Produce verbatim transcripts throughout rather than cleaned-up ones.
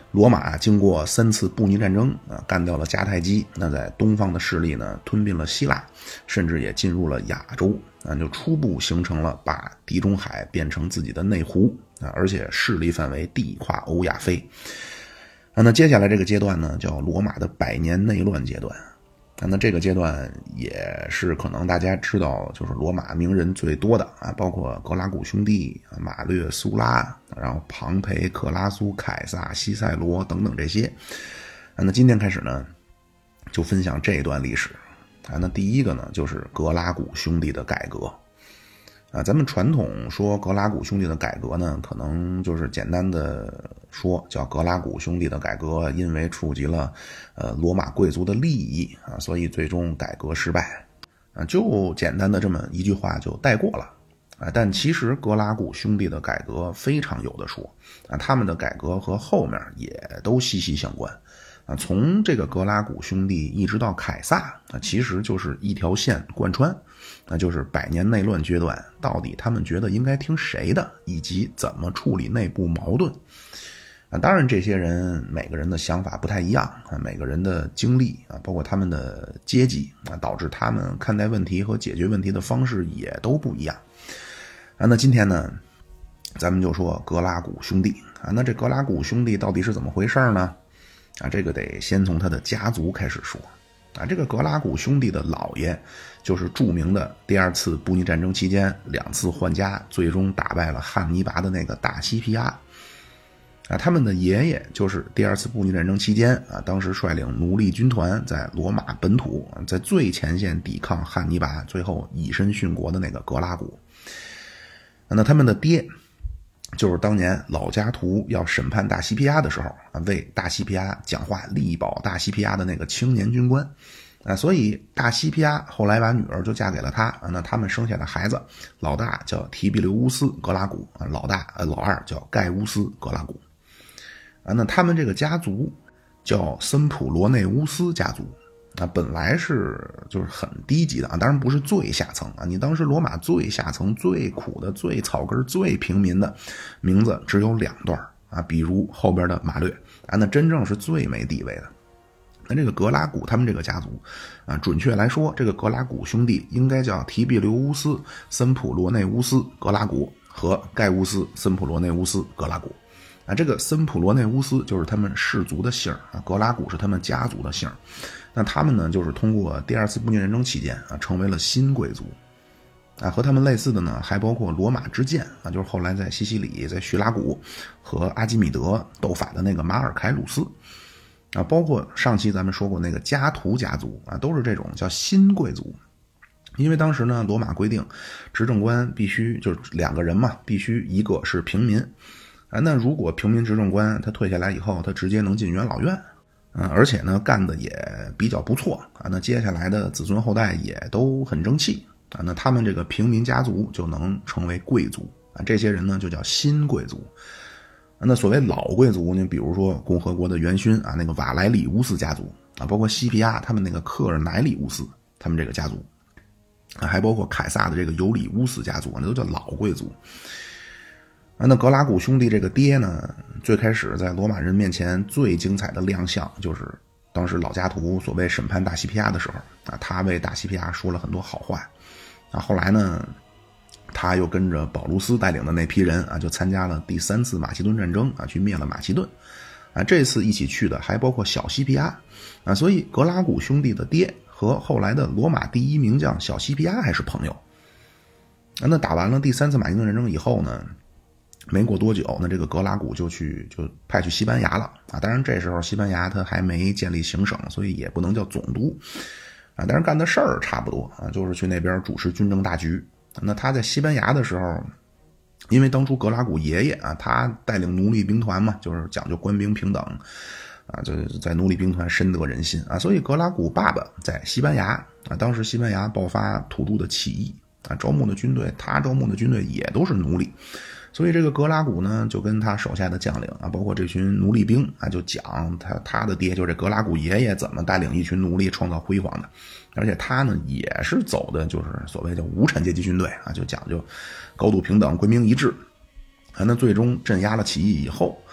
罗马经过三次布匿战争啊，干掉了迦太基，那在东方的势力呢吞并了希腊，甚至也进入了亚洲啊，就初步形成了把地中海变成自己的内湖啊，而且势力范围地跨欧亚非啊。那接下来这个阶段呢，叫罗马的百年内乱阶段。那这个阶段也是可能大家知道，就是罗马名人最多的啊，包括格拉古兄弟、马略、苏拉，然后庞培、克拉苏、凯撒、西塞罗等等这些。啊，那今天开始呢，就分享这一段历史啊。那第一个呢，就是格拉古兄弟的改革。啊，咱们传统说格拉古兄弟的改革呢，可能就是简单的说叫格拉古兄弟的改革，因为触及了呃罗马贵族的利益啊，所以最终改革失败啊，就简单的这么一句话就带过了啊。但其实格拉古兄弟的改革非常有的说啊，他们的改革和后面也都息息相关啊。从这个格拉古兄弟一直到凯撒啊，其实就是一条线贯穿。那就是百年内乱阶段，到底他们觉得应该听谁的，以及怎么处理内部矛盾啊？当然这些人每个人的想法不太一样啊，每个人的经历啊，包括他们的阶级啊，导致他们看待问题和解决问题的方式也都不一样啊。那今天呢，咱们就说格拉古兄弟啊。那这格拉古兄弟到底是怎么回事呢？啊，这个得先从他的家族开始说啊。这个格拉古兄弟的老爷就是著名的第二次布匿战争期间两次换家最终打败了汉尼拔的那个大西皮亚啊。他们的爷爷就是第二次布匿战争期间啊，当时率领奴隶军团在罗马本土在最前线抵抗汉尼拔，最后以身殉国的那个格拉古。那他们的爹就是当年老加图要审判大西皮亚的时候啊，为大西皮亚讲话力保大西皮亚的那个青年军官啊，所以大西皮亚后来把女儿就嫁给了他啊。那他们生下的孩子，老大叫提比留乌斯·格拉古啊，老大呃老二叫盖乌斯·格拉古啊。那他们这个家族叫森普罗内乌斯家族啊，本来是就是很低级的啊，当然不是最下层啊。你当时罗马最下层、最苦的、最草根、最平民的名字只有两段啊，比如后边的马略啊，那真正是最没地位的。那这个格拉古他们这个家族啊，准确来说，这个格拉古兄弟应该叫提比留乌斯、森普罗内乌斯、格拉古和盖乌斯、森普罗内乌斯、格拉古啊。这个森普罗内乌斯就是他们氏族的姓啊，格拉古是他们家族的姓。那他们呢，就是通过第二次布匿战争期间啊，成为了新贵族啊。和他们类似的呢，还包括罗马之剑啊，就是后来在西西里、在叙拉古和阿基米德斗法的那个马尔凯鲁斯啊，包括上期咱们说过那个加图家族啊，都是这种叫新贵族。因为当时呢，罗马规定执政官必须就是两个人嘛，必须一个是平民啊。那如果平民执政官他退下来以后，他直接能进元老院啊，而且呢干的也比较不错啊。那接下来的子孙后代也都很争气啊。那他们这个平民家族就能成为贵族啊，这些人呢就叫新贵族。那所谓老贵族呢，比如说共和国的元勋啊，那个瓦莱里乌斯家族啊，包括西皮亚他们那个克尔乃里乌斯他们这个家族啊，还包括凯撒的这个尤里乌斯家族，那都叫老贵族啊。那格拉古兄弟这个爹呢，最开始在罗马人面前最精彩的亮相，就是当时老加图所谓审判大西皮亚的时候啊，他为大西皮亚说了很多好话啊。后来呢，他又跟着保卢斯带领的那批人啊，就参加了第三次马其顿战争啊，去灭了马其顿啊。这次一起去的还包括小西皮亚啊，所以格拉古兄弟的爹和后来的罗马第一名将小西皮亚还是朋友啊。那打完了第三次马其顿战争以后呢，没过多久，那这个格拉古就去就派去西班牙了啊。当然这时候西班牙他还没建立行省，所以也不能叫总督啊，但是干的事儿差不多啊，就是去那边主持军政大局。那他在西班牙的时候，因为当初格拉古爷爷啊，他带领奴隶兵团嘛，就是讲究官兵平等啊，就在奴隶兵团深得人心啊，所以格拉古爸爸在西班牙啊，当时西班牙爆发土著的起义啊，招募的军队，他招募的军队也都是奴隶。所以这个格拉古呢，就跟他手下的将领啊，包括这群奴隶兵啊，就讲他他的爹就是这格拉古爷爷怎么带领一群奴隶创造辉煌的，而且他呢也是走的就是所谓叫无产阶级军队啊，就讲究高度平等、官兵一致啊。那最终镇压了起义以后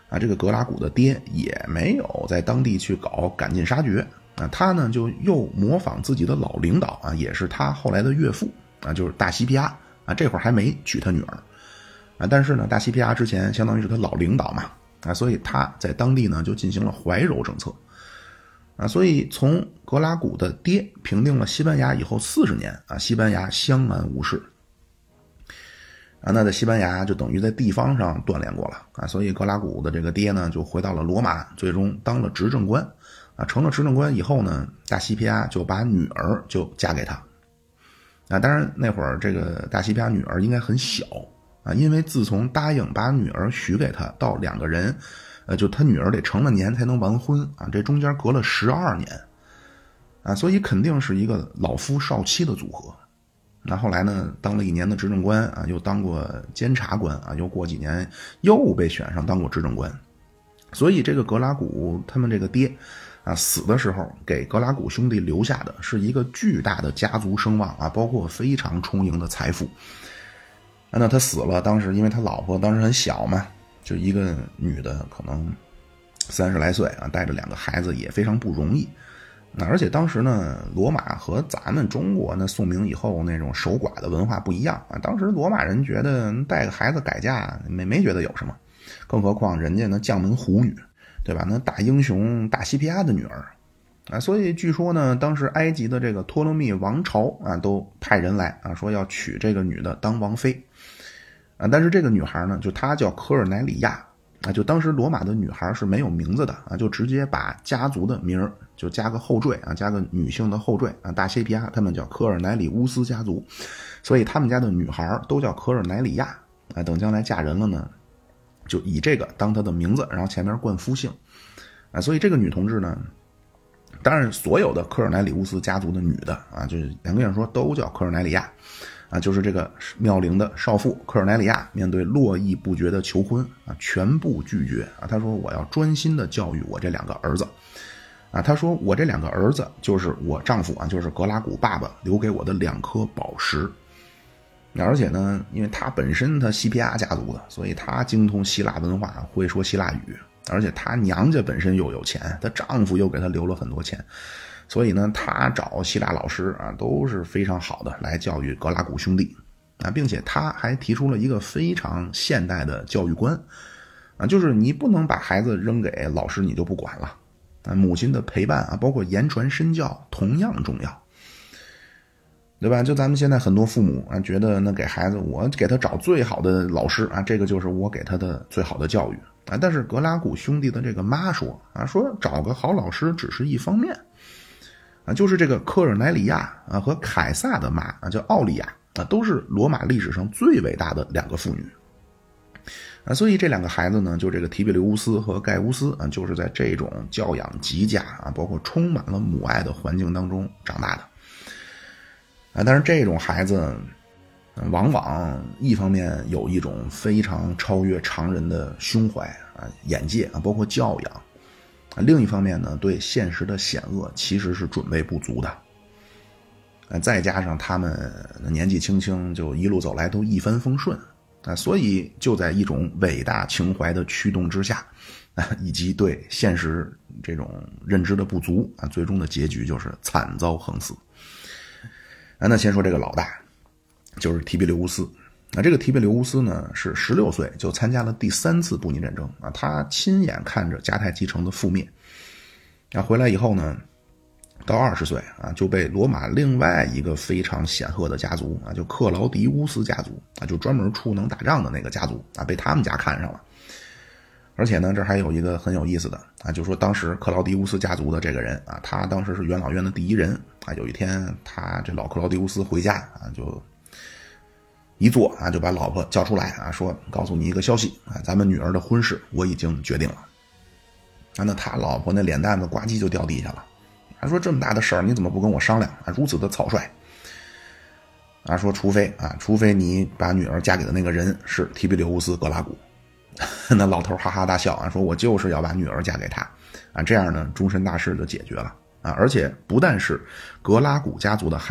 啊，这个格拉古的爹也没有在当地去搞赶尽杀绝啊，他呢就又模仿自己的老领导啊，也是他后来的岳父啊，就是大西皮亚啊，这会儿还没娶他女儿啊，但是呢，大西皮亚之前相当于是他老领导嘛啊，所以他在当地呢就进行了怀柔政策啊，所以从格拉古的爹平定了西班牙以后四十年啊，西班牙相安无事。啊，那在西班牙就等于在地方上锻炼过了啊，所以格拉古的这个爹呢就回到了罗马，最终当了执政官啊，成了执政官以后呢，大西皮亚就把女儿就嫁给他啊，当然那会儿这个大西皮亚女儿应该很小啊，因为自从答应把女儿许给他到两个人，呃，就他女儿得成了年才能完婚啊，这中间隔了十二年啊，所以肯定是一个老夫少妻的组合。那后来呢，当了一年的执政官啊，又当过监察官啊，又过几年又被选上当过执政官。所以这个格拉古他们这个爹啊，死的时候给格拉古兄弟留下的是一个巨大的家族声望啊，包括非常充盈的财富。啊，那他死了，当时因为他老婆当时很小嘛，就一个女的可能三十来岁啊，带着两个孩子也非常不容易。那而且当时呢，罗马和咱们中国呢宋明以后那种守寡的文化不一样啊。当时罗马人觉得带个孩子改嫁没没觉得有什么，更何况人家呢将门虎女，对吧？那大英雄大西皮亚的女儿啊，所以据说呢，当时埃及的这个托勒密王朝啊，都派人来啊，说要娶这个女的当王妃啊。但是这个女孩呢，就她叫科尔乃里亚啊，就当时罗马的女孩是没有名字的啊，就直接把家族的名儿就加个后缀啊，加个女性的后缀啊，大西皮亚他们叫科尔乃里乌斯家族，所以他们家的女孩都叫科尔乃里亚啊。等将来嫁人了呢，就以这个当她的名字，然后前面冠夫姓啊。所以这个女同志呢，当然所有的科尔乃里乌斯家族的女的啊，就是两个人说都叫科尔乃里亚啊，就是这个妙龄的少妇科尔乃里亚面对络绎不绝的求婚啊，全部拒绝啊。她说我要专心的教育我这两个儿子啊，她说我这两个儿子就是我丈夫啊，就是格拉古爸爸留给我的两颗宝石。而且呢，因为她本身她西皮亚家族的，所以她精通希腊文化，会说希腊语，而且她娘家本身又有钱，她丈夫又给她留了很多钱。所以呢，他找希腊老师啊都是非常好的来教育格拉古兄弟啊，并且他还提出了一个非常现代的教育观啊，就是你不能把孩子扔给老师你就不管了啊，母亲的陪伴啊，包括言传身教同样重要，对吧？就咱们现在很多父母啊，觉得那给孩子我给他找最好的老师啊，这个就是我给他的最好的教育啊。但是格拉古兄弟的这个妈说啊，说找个好老师只是一方面。啊，就是这个科尔乃里亚啊和凯撒的妈啊叫奥利亚啊，都是罗马历史上最伟大的两个妇女啊，所以这两个孩子呢，就这个提比留乌斯和盖乌斯啊，就是在这种教养极佳啊，包括充满了母爱的环境当中长大的啊。但是这种孩子往往一方面有一种非常超越常人的胸怀啊、眼界啊，包括教养。另一方面呢，对现实的险恶其实是准备不足的，再加上他们年纪轻轻就一路走来都一帆风顺啊，所以就在一种伟大情怀的驱动之下啊，以及对现实这种认知的不足啊，最终的结局就是惨遭横死啊。那先说这个老大，就是提比留乌斯。那这个提比留乌斯呢，是十六岁就参加了第三次布匿战争啊，他亲眼看着迦太基城的覆灭。那回来以后呢，到二十岁啊，就被罗马另外一个非常显赫的家族啊，就克劳迪乌斯家族啊，就专门出能打仗的那个家族啊，被他们家看上了。而且呢，这还有一个很有意思的啊，就说当时克劳迪乌斯家族的这个人啊，他当时是元老院的第一人啊。有一天，他这老克劳迪乌斯回家啊，就一坐啊，就把老婆叫出来啊，说告诉你一个消息啊，咱们女儿的婚事我已经决定了。啊，那他老婆那脸蛋子呱唧就掉地下了，他说这么大的事儿你怎么不跟我商量啊？如此的草率啊！说除非啊，除非你把女儿嫁给的那个人是提比留乌斯格拉古。那老头哈哈大笑啊，说我就是要把女儿嫁给他啊，这样呢终身大事就解决了啊！而且不但是格拉古家族的孩子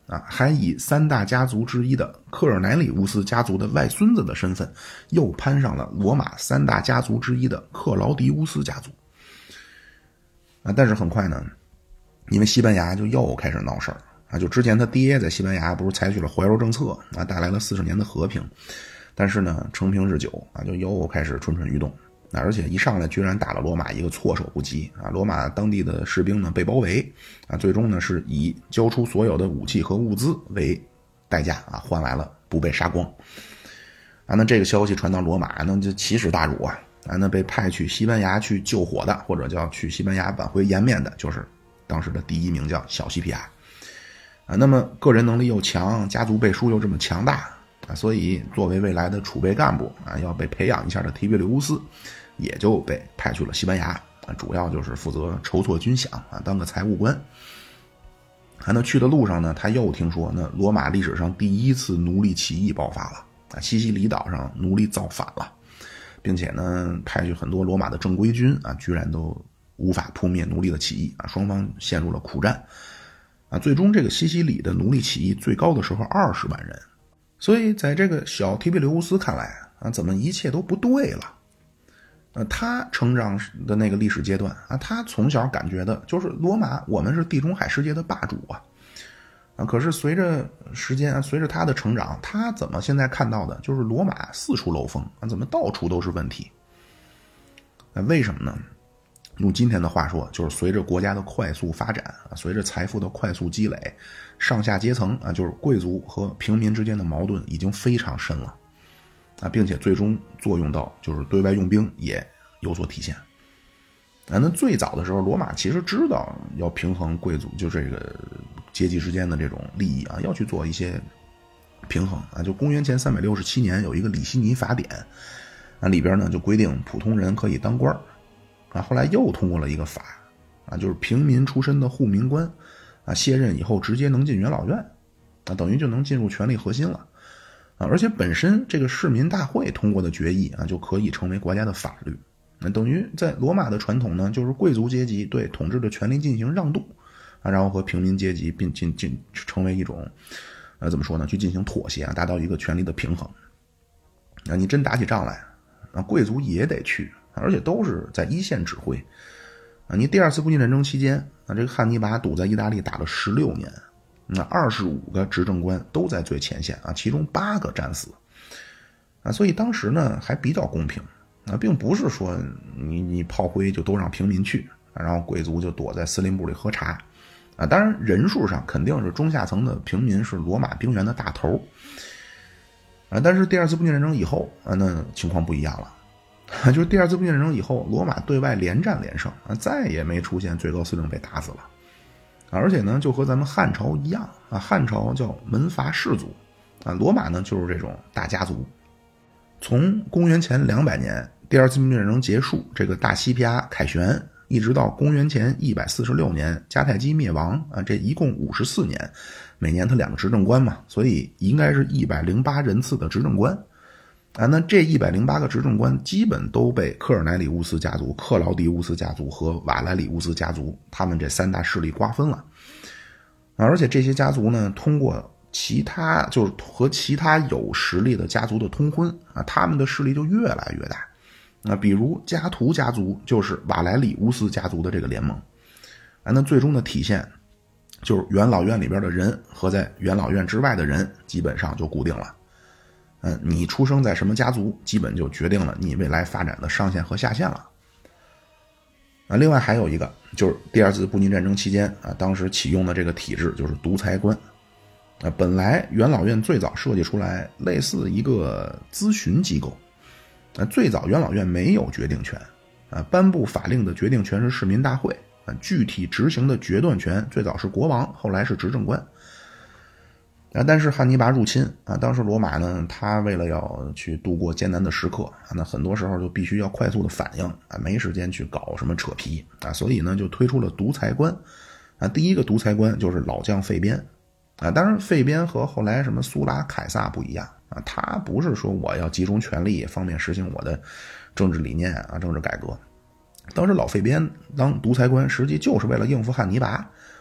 啊，还以三大家族之一的科尔乃里乌斯家族的外孙子的身份，又攀上了罗马三大家族之一的克劳迪乌斯家族。啊，但是很快呢，因为西班牙就又开始闹事儿啊，就之前他爹在西班牙不是采取了怀柔政策啊，带来了四十年的和平，但是呢，成平日久啊，就又开始蠢蠢欲动。啊，而且一上来居然打了罗马一个措手不及啊！罗马当地的士兵呢被包围啊，最终呢是以交出所有的武器和物资为代价啊，换来了不被杀光啊。那这个消息传到罗马，那就奇耻大辱啊！啊，那被派去西班牙去救火的，或者叫去西班牙挽回颜面的，就是当时的第一名将小西皮亚啊。那么个人能力又强，家族背书又这么强大啊，所以作为未来的储备干部啊，要被培养一下的提比留乌斯，也就被派去了西班牙啊，主要就是负责筹措军饷啊，当个财务官。啊，那去的路上呢，他又听说那罗马历史上第一次奴隶起义爆发了啊，西西里岛上奴隶造反了，并且呢，派去很多罗马的正规军啊，居然都无法扑灭奴隶的起义啊，双方陷入了苦战啊，最终这个西西里的奴隶起义最高的时候二十万人。所以在这个小提比留乌斯看来啊，怎么一切都不对了？呃，他成长的那个历史阶段啊，他从小感觉的就是罗马，我们是地中海世界的霸主啊！啊，可是随着时间啊，随着他的成长，他怎么现在看到的就是罗马四处漏风啊，怎么到处都是问题？啊，为什么呢？用今天的话说，就是随着国家的快速发展啊，随着财富的快速积累，上下阶层啊，就是贵族和平民之间的矛盾已经非常深了啊，并且最终作用到就是对外用兵也有所体现啊。那最早的时候，罗马其实知道要平衡贵族就这个阶级之间的这种利益啊，要去做一些平衡啊。就公元前三百六十七年有一个里希尼法典啊，里边呢就规定普通人可以当官啊，后来又通过了一个法啊，就是平民出身的护民官啊，卸任以后直接能进元老院啊，等于就能进入权力核心了啊。而且本身这个市民大会通过的决议啊，就可以成为国家的法律。那等于在罗马的传统呢，就是贵族阶级对统治的权力进行让渡啊，然后和平民阶级并进进成为一种呃怎么说呢，去进行妥协啊，达到一个权力的平衡啊。你真打起仗来啊，贵族也得去。而且都是在一线指挥啊！你第二次布匿战争期间啊，这个汉尼拔堵在意大利打了十六年，那二十五个执政官都在最前线啊，其中八个战死啊，所以当时呢还比较公平啊，并不是说你你炮灰就都让平民去，然后贵族就躲在司令部里喝茶啊。当然人数上肯定是中下层的平民是罗马兵员的大头啊，但是第二次布匿战争以后啊，那情况不一样了。就是第二次布匿战争以后，罗马对外连战连胜啊，再也没出现最高司令被打死了啊。而且呢，就和咱们汉朝一样啊，汉朝叫门阀士族啊，罗马呢就是这种大家族。从公元前两百年第二次布匿战争结束，这个大西皮亚凯旋，一直到公元前一百四十六年迦太基灭亡啊，这一共五十四年，每年他两个执政官嘛，所以应该是一百零八人次的执政官。啊，那这一百零八个执政官基本都被科尔乃里乌斯家族、克劳迪乌斯家族和瓦莱里乌斯家族他们这三大势力瓜分了啊。而且这些家族呢，通过其他就是和其他有实力的家族的通婚啊，他们的势力就越来越大啊。比如加图家族就是瓦莱里乌斯家族的这个联盟啊，那最终的体现就是元老院里边的人和在元老院之外的人基本上就固定了。嗯，你出生在什么家族，基本就决定了你未来发展的上限和下限了。啊，另外还有一个就是第二次布匿战争期间啊，当时启用的这个体制就是独裁官。啊，本来元老院最早设计出来类似一个咨询机构。啊，最早元老院没有决定权，啊，颁布法令的决定权是市民大会，啊，具体执行的决断权最早是国王，后来是执政官。啊，但是汉尼拔入侵啊，当时罗马呢，他为了要去度过艰难的时刻啊，那很多时候就必须要快速的反应啊，没时间去搞什么扯皮啊，所以呢就推出了独裁官啊。第一个独裁官就是老将费边啊，当然费边和后来什么苏拉、凯撒不一样啊，他不是说我要集中权力方便实行我的政治理念啊、政治改革。当时老费边当独裁官，实际就是为了应付汉尼拔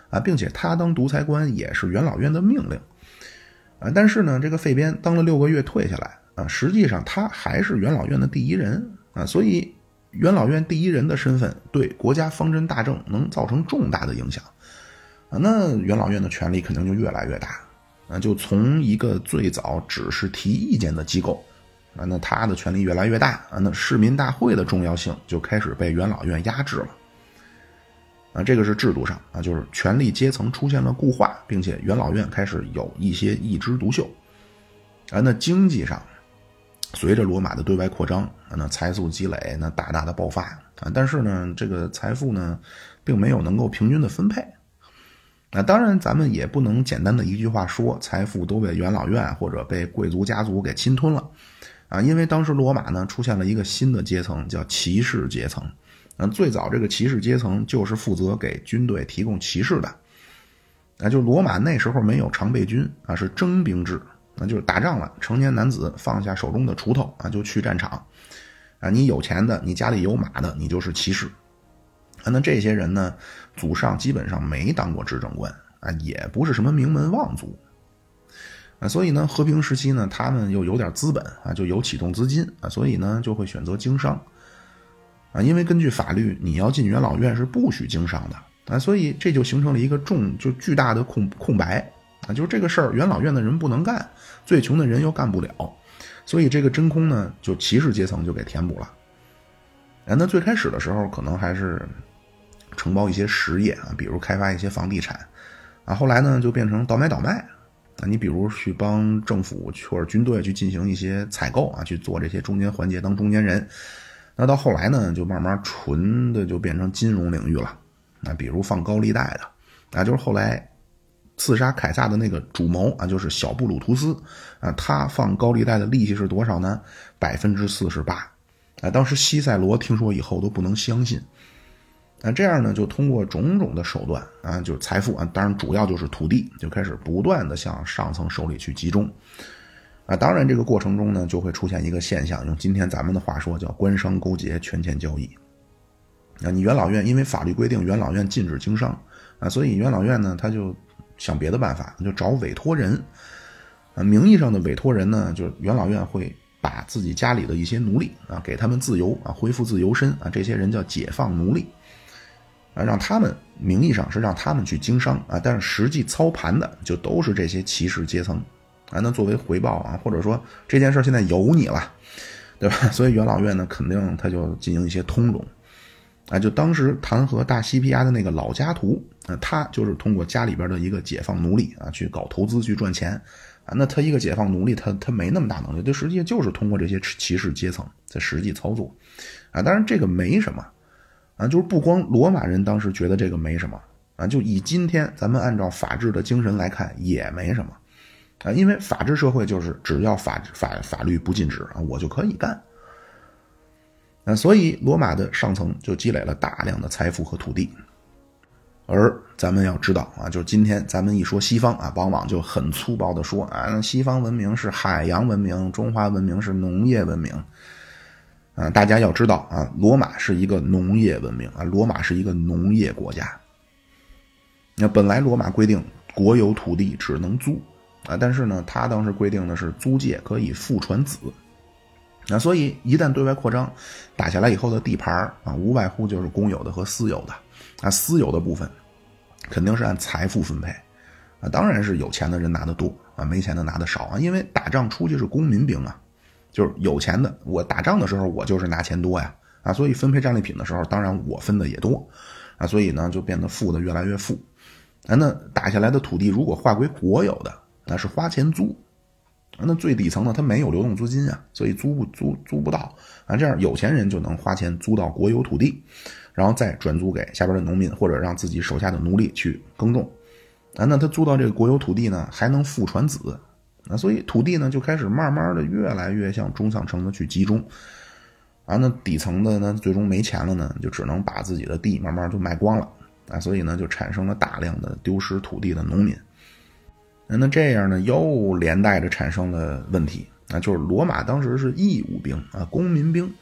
啊，并且他当独裁官也是元老院的命令啊。但是呢，这个费边当了六个月退下来啊，实际上他还是元老院的第一人啊，所以元老院第一人的身份对国家方针大政能造成重大的影响啊。那元老院的权力肯定就越来越大啊，就从一个最早只是提意见的机构啊，那他的权力越来越大啊，那市民大会的重要性就开始被元老院压制了啊。这个是制度上啊，就是权力阶层出现了固化，并且元老院开始有一些一枝独秀啊。那经济上，随着罗马的对外扩张啊，那财富积累那大大的爆发啊，但是呢，这个财富呢，并没有能够平均的分配。那当然，咱们也不能简单的一句话说财富都被元老院或者被贵族家族给侵吞了啊，因为当时罗马呢出现了一个新的阶层，叫骑士阶层。啊，最早这个骑士阶层就是负责给军队提供骑士的啊，就罗马那时候没有常备军啊，是征兵制，那就是打仗了，成年男子放下手中的锄头啊，就去战场啊，你有钱的，你家里有马的，你就是骑士啊。那这些人呢，祖上基本上没当过执政官啊，也不是什么名门望族啊，所以呢，和平时期呢，他们又有点资本啊，就有启动资金啊，所以呢，就会选择经商啊，因为根据法律，你要进元老院是不许经商的啊，所以这就形成了一个重就巨大的空空白啊，就是这个事儿，元老院的人不能干，最穷的人又干不了，所以这个真空呢，就骑士阶层就给填补了啊。那最开始的时候，可能还是承包一些实业啊，比如开发一些房地产啊，后来呢，就变成倒买倒卖啊，你比如去帮政府或者军队去进行一些采购啊，去做这些中间环节，当中间人。那到后来呢，就慢慢纯的就变成金融领域了啊，比如放高利贷的啊，就是后来刺杀凯撒的那个主谋啊，就是小布鲁图斯啊，他放高利贷的利息是多少呢？百分之四十八啊，当时西塞罗听说以后都不能相信啊，这样呢，就通过种种的手段啊，就是财富啊，当然主要就是土地，就开始不断的向上层手里去集中。啊，当然这个过程中呢，就会出现一个现象，用今天咱们的话说叫官商勾结、权钱交易。啊，你元老院因为法律规定元老院禁止经商啊，所以元老院呢，他就想别的办法，就找委托人。啊，名义上的委托人呢，就是元老院会把自己家里的一些奴隶啊，给他们自由啊，恢复自由身啊，这些人叫解放奴隶。啊，让他们名义上是让他们去经商啊，但是实际操盘的就都是这些骑士阶层。啊，那作为回报啊，或者说这件事现在由你了，对吧？所以元老院呢，肯定他就进行一些通融啊。就当时弹劾大西皮亚的那个老家图啊，他就是通过家里边的一个解放奴隶啊，去搞投资去赚钱啊。那他一个解放奴隶，他他没那么大能力，他实际就是通过这些骑士阶层在实际操作啊。当然这个没什么啊，就是不光罗马人当时觉得这个没什么啊，就以今天咱们按照法治的精神来看也没什么。啊，因为法治社会就是只要法法法律不禁止啊，我就可以干。啊，所以罗马的上层就积累了大量的财富和土地。而咱们要知道啊，就今天咱们一说西方啊，往往就很粗暴的说啊，西方文明是海洋文明，中华文明是农业文明。啊，大家要知道啊，罗马是一个农业文明啊，罗马是一个农业国家。那本来罗马规定国有土地只能租。啊，但是呢，他当时规定的是租界可以父传子，那所以一旦对外扩张，打下来以后的地盘啊，无外乎就是公有的和私有的啊，私有的部分肯定是按财富分配啊，当然是有钱的人拿得多啊，没钱的拿得少啊，因为打仗出去是公民兵啊，就是有钱的，我打仗的时候我就是拿钱多呀啊，所以分配战利品的时候，当然我分的也多啊，所以呢就变得富的越来越富啊，那打下来的土地如果划归国有的。那是花钱租，那最底层呢，他没有流动资金啊，所以租不租租不到啊。这样有钱人就能花钱租到国有土地，然后再转租给下边的农民，或者让自己手下的奴隶去耕种啊。那他租到这个国有土地呢，还能父传子啊，所以土地呢就开始慢慢的越来越向中上层的去集中啊。那底层的呢，最终没钱了呢，就只能把自己的地慢慢就卖光了啊，所以呢就产生了大量的丢失土地的农民。那这样呢，又连带着产生了问题啊，就是罗马当时是义务兵啊，公民兵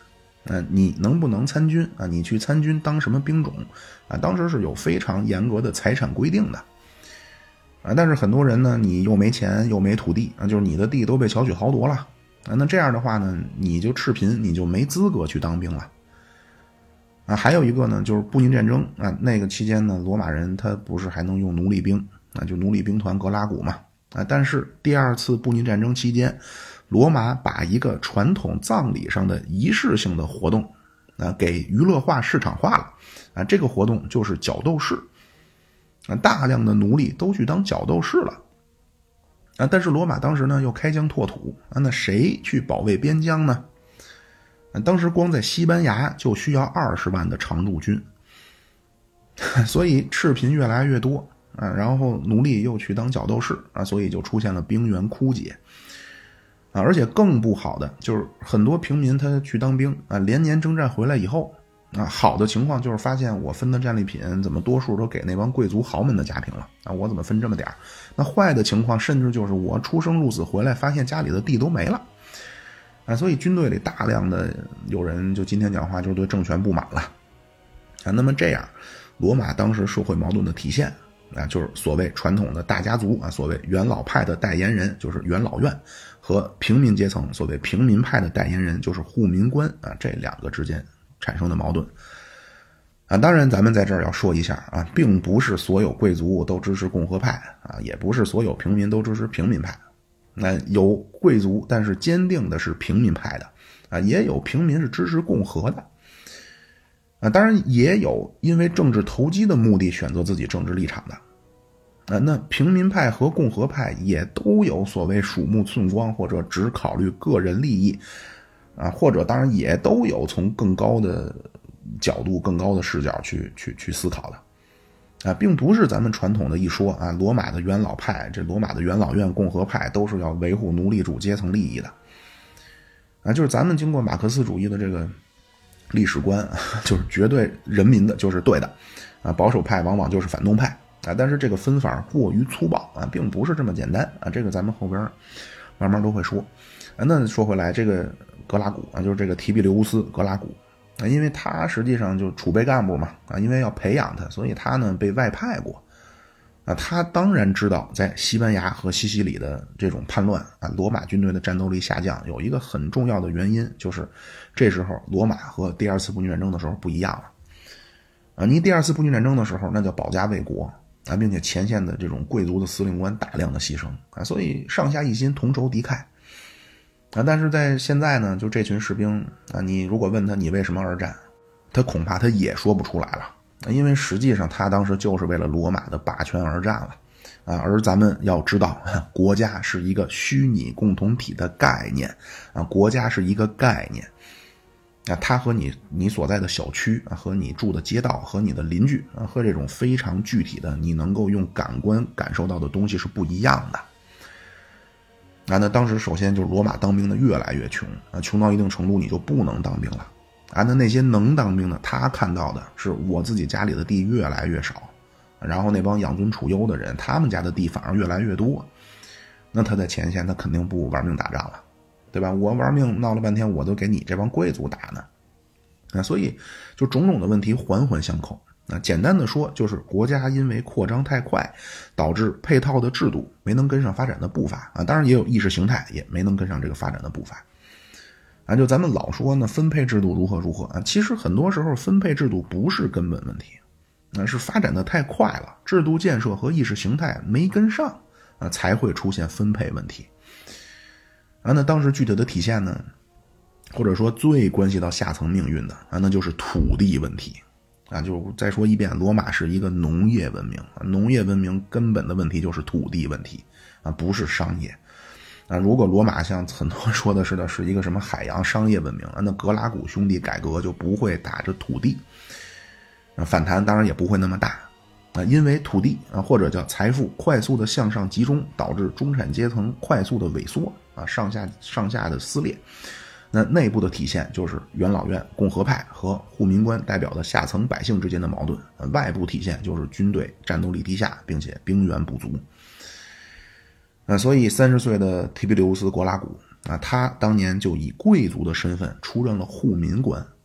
呃，你能不能参军啊？你去参军当什么兵种啊？当时是有非常严格的财产规定的啊。但是很多人呢，你又没钱又没土地啊，就是你的地都被巧取豪夺了啊。那这样的话呢，你就赤贫，你就没资格去当兵了啊。还有一个呢，就是布匿战争啊，那个期间呢，罗马人他不是还能用奴隶兵啊，就奴隶兵团格拉古嘛啊。但是第二次布匿战争期间，罗马把一个传统葬礼上的仪式性的活动啊给娱乐化市场化了啊。这个活动就是角斗士啊，大量的奴隶都去当角斗士了啊。但是罗马当时呢又开疆拓土啊，那谁去保卫边疆呢？啊，当时光在西班牙就需要二十万的常驻军，所以赤贫越来越多啊，然后奴隶又去当角斗士啊，所以就出现了兵源枯竭啊。而且更不好的就是很多平民他去当兵啊，连年征战回来以后啊，好的情况就是发现我分的战利品怎么多数都给那帮贵族豪门的家庭了啊，我怎么分这么点儿？那坏的情况甚至就是我出生入死回来发现家里的地都没了啊。所以军队里大量的有人就今天讲话就是对政权不满了啊。那么这样罗马当时社会矛盾的体现啊，就是所谓传统的大家族啊，所谓元老派的代言人就是元老院，和平民阶层所谓平民派的代言人就是护民官啊，这两个之间产生的矛盾啊。当然咱们在这儿要说一下啊，并不是所有贵族都支持共和派啊，也不是所有平民都支持平民派。那有贵族但是坚定的是平民派的啊，也有平民是支持共和的啊，当然也有因为政治投机的目的选择自己政治立场的啊。那平民派和共和派也都有所谓鼠目寸光或者只考虑个人利益啊，或者当然也都有从更高的角度更高的视角去去去思考的啊，并不是咱们传统的一说啊，罗马的元老派这罗马的元老院共和派都是要维护奴隶主阶层利益的啊。就是咱们经过马克思主义的这个历史观，就是绝对人民的就是对的啊，保守派往往就是反动派啊。但是这个分法过于粗暴啊，并不是这么简单啊，这个咱们后边慢慢都会说啊。那说回来，这个格拉古啊，就是这个提比留乌斯格拉古啊，因为他实际上就储备干部嘛啊，因为要培养他，所以他呢被外派过啊。他当然知道在西班牙和西西里的这种叛乱啊，罗马军队的战斗力下降有一个很重要的原因，就是这时候罗马和第二次布匿战争的时候不一样了啊。你第二次布匿战争的时候那叫保家卫国啊，并且前线的这种贵族的司令官大量的牺牲啊，所以上下一心同仇敌忾啊。但是在现在呢，就这群士兵啊，你如果问他你为什么而战，他恐怕他也说不出来了，因为实际上他当时就是为了罗马的霸权而战了啊。而咱们要知道，国家是一个虚拟共同体的概念啊，国家是一个概念啊，它和你你所在的小区啊，和你住的街道，和你的邻居啊，和这种非常具体的你能够用感官感受到的东西是不一样的啊。那当时首先就是罗马当兵的越来越穷啊，穷到一定程度你就不能当兵了啊。那那些能当兵的，他看到的是我自己家里的地越来越少，然后那帮养尊处优的人，他们家的地反而越来越多，那他在前线他肯定不玩命打仗了，对吧？我玩命闹了半天，我都给你这帮贵族打呢啊。所以就种种的问题环环相扣啊。简单的说，就是国家因为扩张太快，导致配套的制度没能跟上发展的步伐啊。当然也有意识形态也没能跟上这个发展的步伐啊。就咱们老说呢，分配制度如何如何啊，其实很多时候分配制度不是根本问题啊，是发展的太快了，制度建设和意识形态没跟上啊，才会出现分配问题啊。那当时具体的体现呢，或者说最关系到下层命运的啊，那就是土地问题啊。就再说一遍，罗马是一个农业文明，农业文明根本的问题就是土地问题啊，不是商业啊。如果罗马像很多说的是的是一个什么海洋商业文明啊，那格拉古兄弟改革就不会打着土地啊，反弹当然也不会那么大啊，因为土地啊或者叫财富快速的向上集中，导致中产阶层快速的萎缩啊，上下上下的撕裂。那内部的体现就是元老院共和派和护民官代表的下层百姓之间的矛盾，外部体现就是军队战斗力低下，并且兵源不足。那所以三十岁的提比留斯·格拉古啊，他当年就以贵族的身份出任了护民官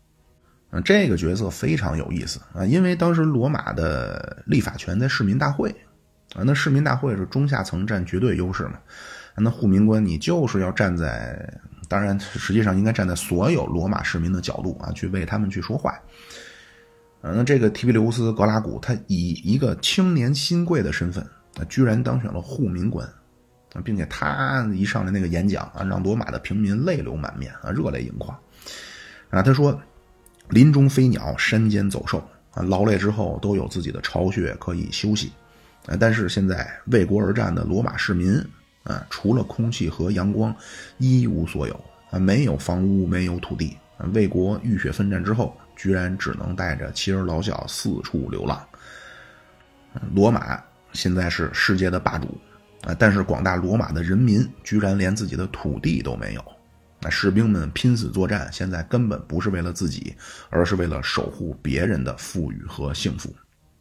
啊，这个角色非常有意思啊，因为当时罗马的立法权在市民大会啊，那市民大会是中下层占绝对优势嘛，那护民官你就是要站在，当然实际上应该站在所有罗马市民的角度啊，去为他们去说话。啊，那这个提比留斯·格拉古他以一个青年新贵的身份，啊，居然当选了护民官，啊，并且他一上来那个演讲啊，让罗马的平民泪流满面啊，热泪盈眶。啊，他说：“林中飞鸟，山间走兽啊，劳累之后都有自己的巢穴可以休息。啊，但是现在为国而战的罗马市民啊，除了空气和阳光，一无所有啊，没有房屋，没有土地啊，为国浴血奋战之后。”居然只能带着妻儿老小四处流浪。罗马现在是世界的霸主啊，但是广大罗马的人民居然连自己的土地都没有。那士兵们拼死作战，现在根本不是为了自己，而是为了守护别人的富裕和幸福。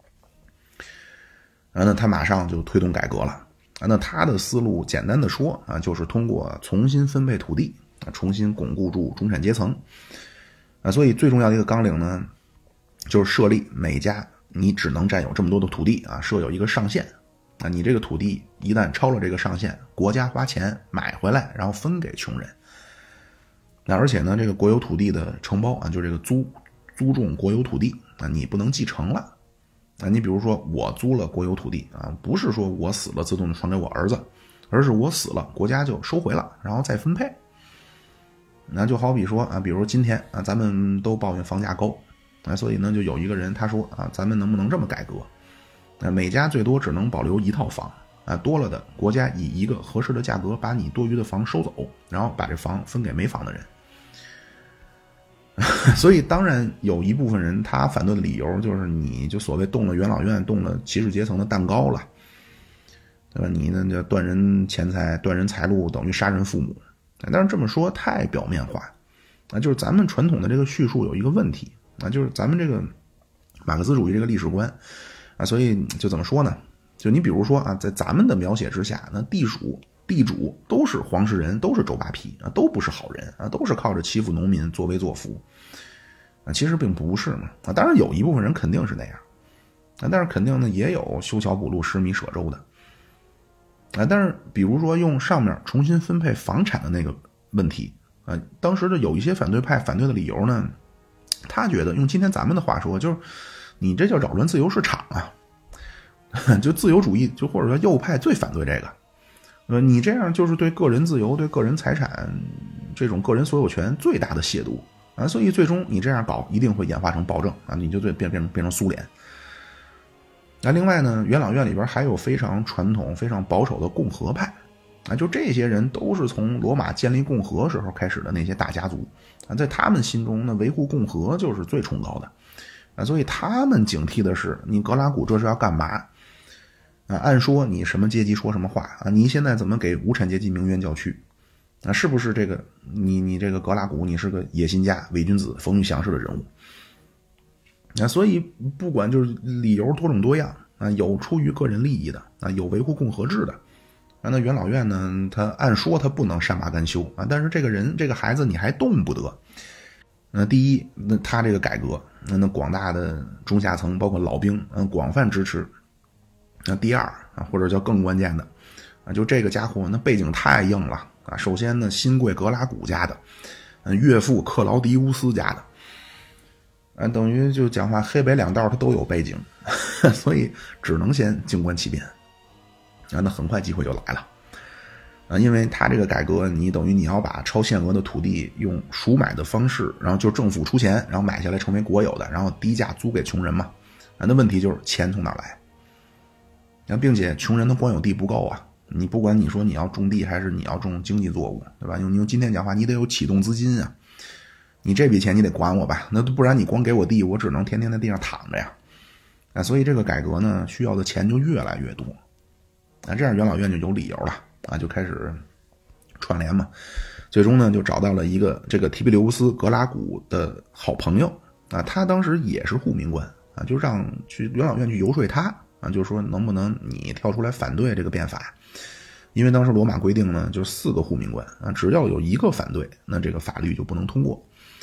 啊，那他马上就推动改革了啊。那他的思路简单的说啊，就是通过重新分配土地啊，重新巩固住中产阶层。啊，所以最重要的一个纲领呢，就是设立每家你只能占有这么多的土地啊，设有一个上限。啊，你这个土地一旦超了这个上限，国家花钱买回来，然后分给穷人。那而且呢，这个国有土地的承包啊，就这个租租种国有土地啊，你不能继承了。啊，你比如说我租了国有土地啊，不是说我死了自动传给我儿子，而是我死了，国家就收回了，然后再分配。那就好比说啊，比如今天啊，咱们都抱怨房价高啊，所以呢，就有一个人他说啊，咱们能不能这么改革？啊，每家最多只能保留一套房啊，多了的国家以一个合适的价格把你多余的房收走，然后把这房分给没房的人。所以当然有一部分人他反对的理由就是，你就所谓动了元老院，动了骑士阶层的蛋糕了，对吧？你呢就断人钱财，断人财路，等于杀人父母。但是这么说太表面化啊，就是咱们传统的这个叙述有一个问题啊，就是咱们这个马克思主义这个历史观啊，所以就怎么说呢？就你比如说啊，在咱们的描写之下，那地主地主都是黄世仁，都是周扒皮啊，都不是好人啊，都是靠着欺负农民作威作福啊，其实并不是嘛啊，当然有一部分人肯定是那样啊，但是肯定呢也有修桥补路施米舍粥的。啊，但是比如说用上面重新分配房产的那个问题啊，当时的有一些反对派反对的理由呢，他觉得用今天咱们的话说，就是你这叫扰乱自由市场啊，就自由主义，就或者说右派最反对这个，呃，你这样就是对个人自由、对个人财产这种个人所有权最大的亵渎啊，所以最终你这样搞一定会演化成暴政啊，你就变变变成苏联。那另外呢，元老院里边还有非常传统、非常保守的共和派啊，就这些人都是从罗马建立共和时候开始的那些大家族啊，在他们心中呢，维护共和就是最崇高的啊，所以他们警惕的是，你格拉古这是要干嘛啊？按说你什么阶级说什么话啊？你现在怎么给无产阶级鸣冤叫屈啊？是不是这个你你这个格拉古你是个野心家、伪君子、风雨详事的人物？啊，所以不管就是理由多种多样啊，有出于个人利益的啊，有维护共和制的啊。那元老院呢，他按说他不能善罢甘休啊，但是这个人这个孩子你还动不得。那第一，那他这个改革，那那广大的中下层包括老兵嗯广泛支持。那第二啊，或者叫更关键的啊，就这个家伙那背景太硬了啊。首先呢，新贵格拉古家的，嗯，岳父克劳迪乌斯家的。啊，等于就讲话黑白两道他都有背景，所以只能先静观其变。啊，那很快机会就来了。啊，因为他这个改革，你等于你要把超限额的土地用赎买的方式，然后就政府出钱，然后买下来成为国有的，然后低价租给穷人嘛。啊，那问题就是钱从哪来？啊，并且穷人的国有地不够啊，你不管你说你要种地还是你要种经济作物，对吧？用用今天讲话，你得有启动资金啊。你这笔钱你得管我吧，那不然你光给我地，我只能天天在地上躺着呀。啊，所以这个改革呢，需要的钱就越来越多。啊，这样元老院就有理由了啊，就开始串联嘛。最终呢，就找到了一个这个提比留斯·格拉古的好朋友啊，他当时也是护民官啊，就让去元老院去游说他啊，就说能不能你跳出来反对这个变法。因为当时罗马规定呢，就四个护民官啊，只要有一个反对，那这个法律就不能通过。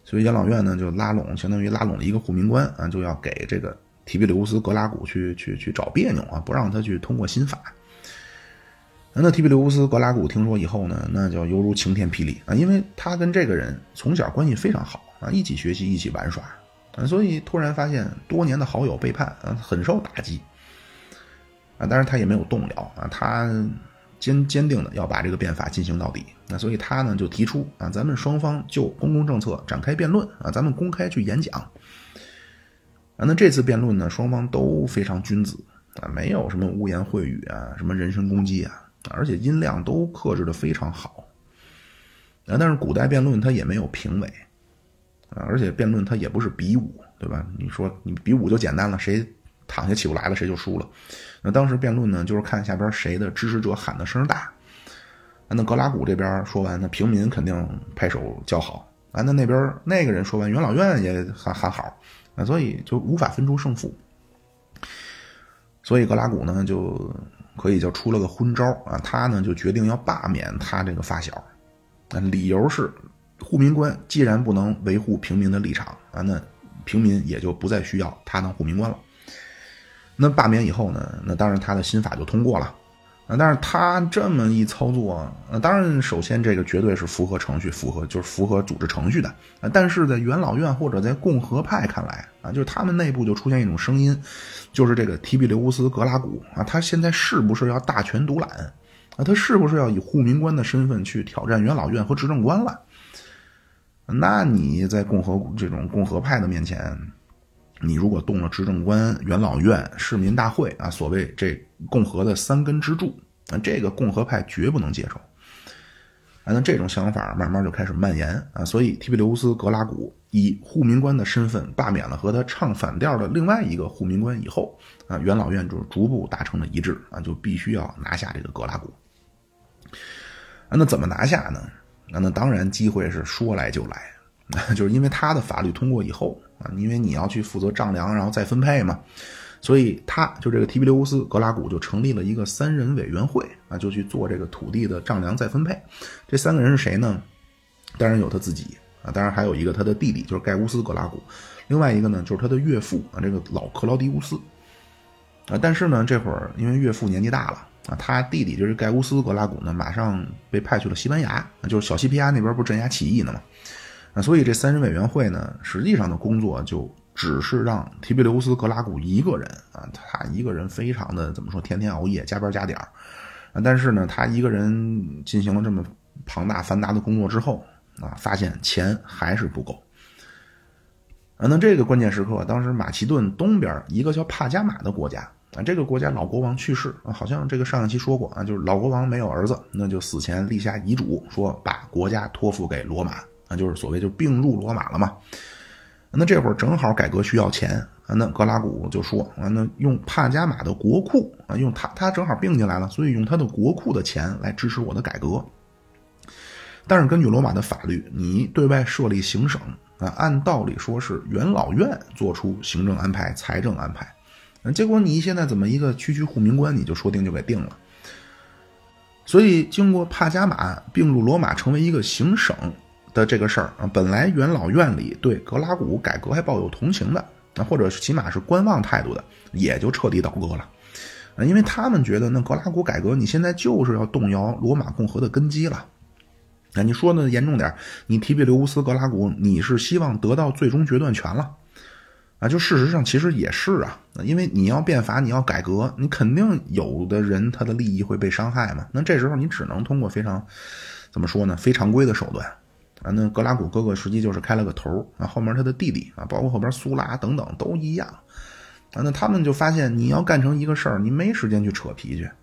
所以元老院呢就拉拢，相当于拉拢了一个护民官啊，就要给这个提比留斯格拉古去去去找别扭啊，不让他去通过新法。那提比留斯格拉古听说以后呢，那就犹如晴天霹雳啊，因为他跟这个人从小关系非常好啊，一起学习，一起玩耍啊，所以突然发现多年的好友背叛啊，很受打击啊。当然他也没有动摇啊，他坚坚定的要把这个变法进行到底。那所以他呢就提出啊，咱们双方就公共政策展开辩论啊，咱们公开去演讲啊。那这次辩论呢，双方都非常君子啊，没有什么污言秽语啊，什么人身攻击啊，而且音量都克制的非常好啊。但是古代辩论它也没有评委啊，而且辩论它也不是比武，对吧？你说你比武就简单了，谁躺下起不来了谁就输了。那当时辩论呢，就是看下边谁的支持者喊的声大。那格拉古这边说完，那平民肯定拍手叫好啊。那那边那个人说完，元老院也喊喊好啊，所以就无法分出胜负。所以格拉古呢就可以就出了个昏招啊，他呢就决定要罢免他这个发小啊，理由是护民官既然不能维护平民的立场啊，那平民也就不再需要他当护民官了。那罢免以后呢，那当然他的新法就通过了啊。但是他这么一操作啊，当然首先这个绝对是符合程序，符合就是符合组织程序的啊。但是在元老院或者在共和派看来啊，就是他们内部就出现一种声音，就是这个提比留斯格拉古啊，他现在是不是要大权独揽啊？他是不是要以护民官的身份去挑战元老院和执政官了？那你在共和这种共和派的面前，你如果动了执政官、元老院、市民大会啊，所谓这共和的三根支柱啊，这个共和派绝不能接受啊。那这种想法慢慢就开始蔓延啊，所以提比留斯格拉古以护民官的身份罢免了和他唱反调的另外一个护民官以后啊，元老院就逐步达成了一致啊，就必须要拿下这个格拉古啊。那怎么拿下呢？那那当然机会是说来就来，就是因为他的法律通过以后啊，因为你要去负责丈量然后再分配嘛，所以他就这个提比留斯格拉古就成立了一个三人委员会啊，就去做这个土地的丈量再分配。这三个人是谁呢？当然有他自己啊，当然还有一个他的弟弟就是盖乌斯格拉古，另外一个呢就是他的岳父啊，这个老克劳迪乌斯啊。但是呢这会儿因为岳父年纪大了啊，他弟弟就是盖乌斯格拉古呢马上被派去了西班牙，就是小西皮亚那边不是镇压起义呢嘛啊，所以这三人委员会呢实际上的工作就只是让提比留斯格拉古一个人啊，他一个人非常的怎么说，天天熬夜加班加点啊。但是呢他一个人进行了这么庞大繁杂的工作之后啊，发现钱还是不够啊。那这个关键时刻，当时马其顿东边一个叫帕加马的国家啊，这个国家老国王去世啊，好像这个上一期说过啊，就是老国王没有儿子，那就死前立下遗嘱说把国家托付给罗马啊，就是所谓就并入罗马了嘛。那这会儿正好改革需要钱啊，那格拉古就说啊，那用帕加马的国库啊，用他他正好并进来了，所以用他的国库的钱来支持我的改革。但是根据罗马的法律，你对外设立行省啊，按道理说是元老院做出行政安排、财政安排，结果你现在怎么一个区区护民官你就说定就给定了？所以经过帕加马并入罗马成为一个行省的这个事儿啊，本来元老院里对格拉古改革还抱有同情的啊，或者起码是观望态度的，也就彻底倒戈了啊，因为他们觉得那格拉古改革你现在就是要动摇罗马共和的根基了。那你说的严重点，你提比留斯格拉古你是希望得到最终决断权了啊？就事实上其实也是啊，因为你要变法你要改革，你肯定有的人他的利益会被伤害嘛，那这时候你只能通过非常怎么说呢非常规的手段啊。那格拉古哥哥实际就是开了个头啊，后面他的弟弟啊，包括后边苏拉等等都一样啊。那他们就发现你要干成一个事儿，你没时间去扯皮去。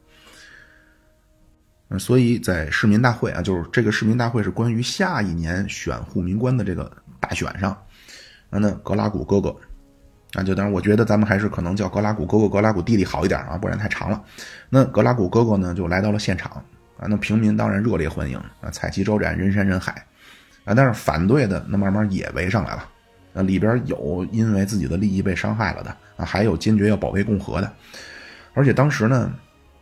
所以在市民大会啊，就是这个市民大会是关于下一年选护民官的这个大选上啊，那格拉古哥哥啊，就当然我觉得咱们还是可能叫格拉古哥哥格拉古弟弟好一点啊，不然太长了。那格拉古哥哥呢就来到了现场啊，那平民当然热烈欢迎啊，彩旗招展，人山人海啊。但是反对的那慢慢也围上来了啊，里边有因为自己的利益被伤害了的啊，还有坚决要保卫共和的。而且当时呢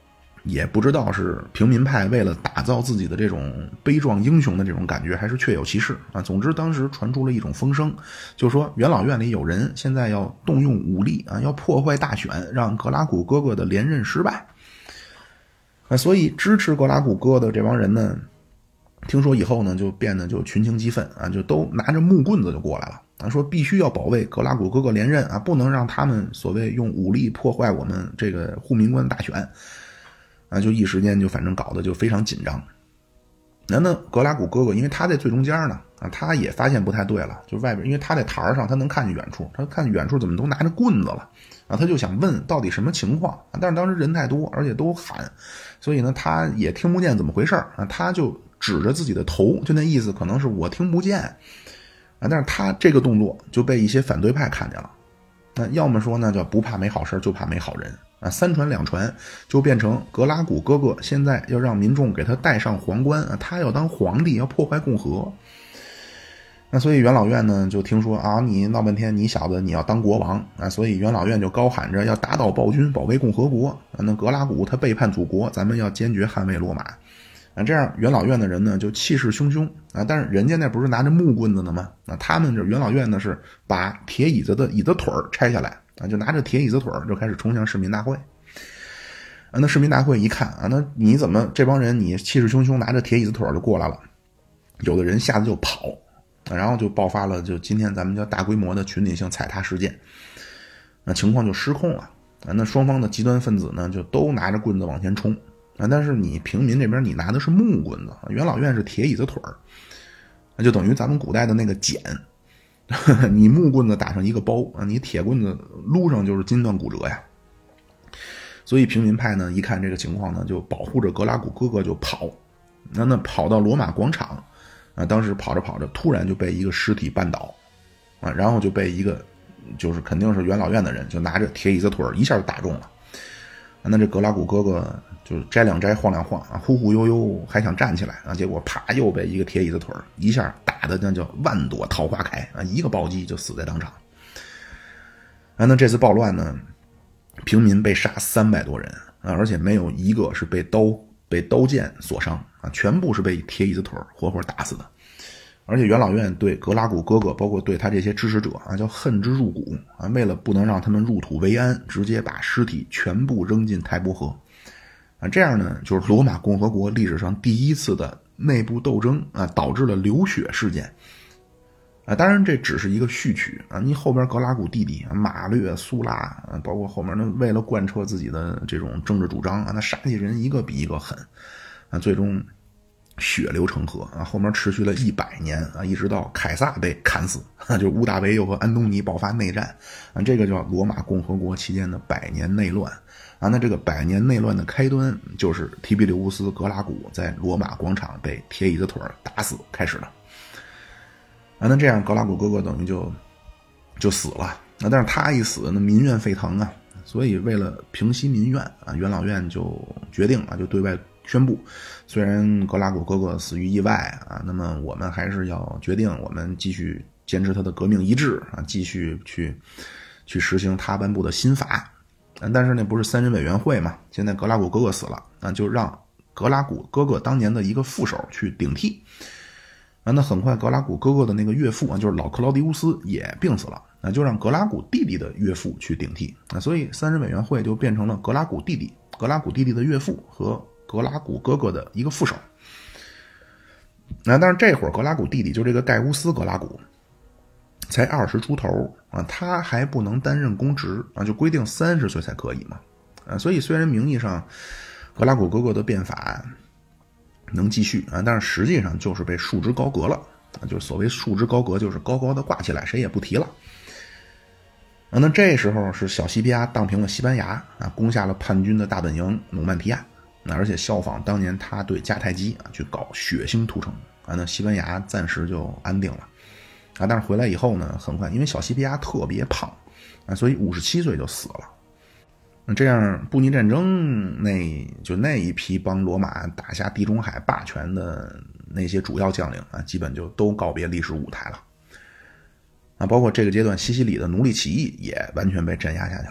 也不知道是平民派为了打造自己的这种悲壮英雄的这种感觉，还是确有其事啊。总之当时传出了一种风声，就说元老院里有人现在要动用武力啊，要破坏大选，让格拉古哥哥的连任失败啊。所以支持格拉古哥的这帮人呢，听说以后呢，就变得就群情激愤啊，就都拿着木棍子就过来了啊，说必须要保卫格拉古哥哥连任啊，不能让他们所谓用武力破坏我们这个护民官大选啊，就一时间就反正搞得就非常紧张。那呢，格拉古哥哥因为他在最中间呢啊，他也发现不太对了，就外边因为他在台上他能看见远处，他看远处怎么都拿着棍子了啊，他就想问到底什么情况啊，但是当时人太多，而且都喊，所以呢他也听不见怎么回事啊，他就指着自己的头，就那意思可能是我听不见啊，但是他这个动作就被一些反对派看见了。那要么说呢叫不怕没好事就怕没好人啊，三传两传就变成格拉古哥哥现在要让民众给他戴上皇冠啊，他要当皇帝，要破坏共和。那所以元老院呢就听说啊，你闹半天你小子你要当国王啊，所以元老院就高喊着要打倒暴君，保卫共和国啊，那格拉古他背叛祖国，咱们要坚决捍卫罗马啊。这样元老院的人呢就气势汹汹啊，但是人家那不是拿着木棍子呢吗？啊，他们这元老院呢是把铁椅子的椅子腿拆下来啊，就拿着铁椅子腿就开始冲向市民大会啊。那市民大会一看啊，那你怎么这帮人你气势汹汹拿着铁椅子腿就过来了，有的人吓得就跑啊，然后就爆发了就今天咱们叫大规模的群体性踩踏事件，那情况就失控了啊。那双方的极端分子呢就都拿着棍子往前冲啊，但是你平民这边你拿的是木棍子，元老院是铁椅子腿儿，那就等于咱们古代的那个剪，你木棍子打上一个包啊，你铁棍子撸上就是筋断骨折呀。所以平民派呢一看这个情况呢，就保护着格拉古哥哥就跑，那那跑到罗马广场啊，当时跑着跑着突然就被一个尸体绊倒啊，然后就被一个就是肯定是元老院的人就拿着铁椅子腿一下就打中了。那这格拉古哥哥就摘两摘晃两晃啊，忽忽悠悠还想站起来啊，结果啪又被一个铁椅子腿一下打的那叫万朵桃花开啊，一个暴击就死在当场啊。那这次暴乱呢，平民被杀三百多人啊，而且没有一个是被刀被刀剑所伤啊，全部是被铁椅子腿活活打死的。而且元老院对格拉古哥哥包括对他这些支持者啊叫恨之入骨啊，为了不能让他们入土为安，直接把尸体全部扔进泰伯河啊。这样呢就是罗马共和国历史上第一次的内部斗争啊，导致了流血事件啊。当然这只是一个序曲啊，你后边格拉古弟弟啊马略、苏拉啊，包括后面呢为了贯彻自己的这种政治主张啊，那杀起人一个比一个狠啊，最终血流成河啊，后面持续了一百年啊，一直到凯撒被砍死啊，就是屋大维又和安东尼爆发内战啊，这个叫罗马共和国期间的百年内乱啊。那这个百年内乱的开端就是提比留乌斯·格拉古在罗马广场被铁椅子腿打死开始的啊。那这样格拉古哥哥等于就就死了，那但是他一死那民怨沸腾啊，所以为了平息民怨啊，元老院就决定啊，就对外宣布，虽然格拉古哥哥死于意外啊，那么我们还是要决定我们继续坚持他的革命遗志啊，继续去去实行他颁布的新法。但是那不是三人委员会嘛，现在格拉古哥哥死了啊，就让格拉古哥哥当年的一个副手去顶替啊。那很快格拉古哥哥的那个岳父啊，就是老克劳迪乌斯也病死了啊，就让格拉古弟弟的岳父去顶替啊，所以三人委员会就变成了格拉古弟弟、格拉古弟弟的岳父和格拉古哥哥的一个副手。那但是这会儿格拉古弟弟就这个盖乌斯格拉古才二十出头啊，他还不能担任公职啊，就规定三十岁才可以嘛啊，所以虽然名义上格拉古哥哥的变法能继续啊，但是实际上就是被束之高阁了啊，就是所谓束之高阁，就是高高的挂起来，谁也不提了啊。那这时候是小西庇亚荡平了西班牙啊，攻下了叛军的大本营努曼提亚，那而且效仿当年他对迦太基啊去搞血腥屠城啊，那西班牙暂时就安定了啊。但是回来以后呢，很快因为小西庇亚特别胖啊，所以五十七岁就死了。那这样布匿战争那就那一批帮罗马打下地中海霸权的那些主要将领啊，基本就都告别历史舞台了啊。包括这个阶段西西里的奴隶起义也完全被镇压下去了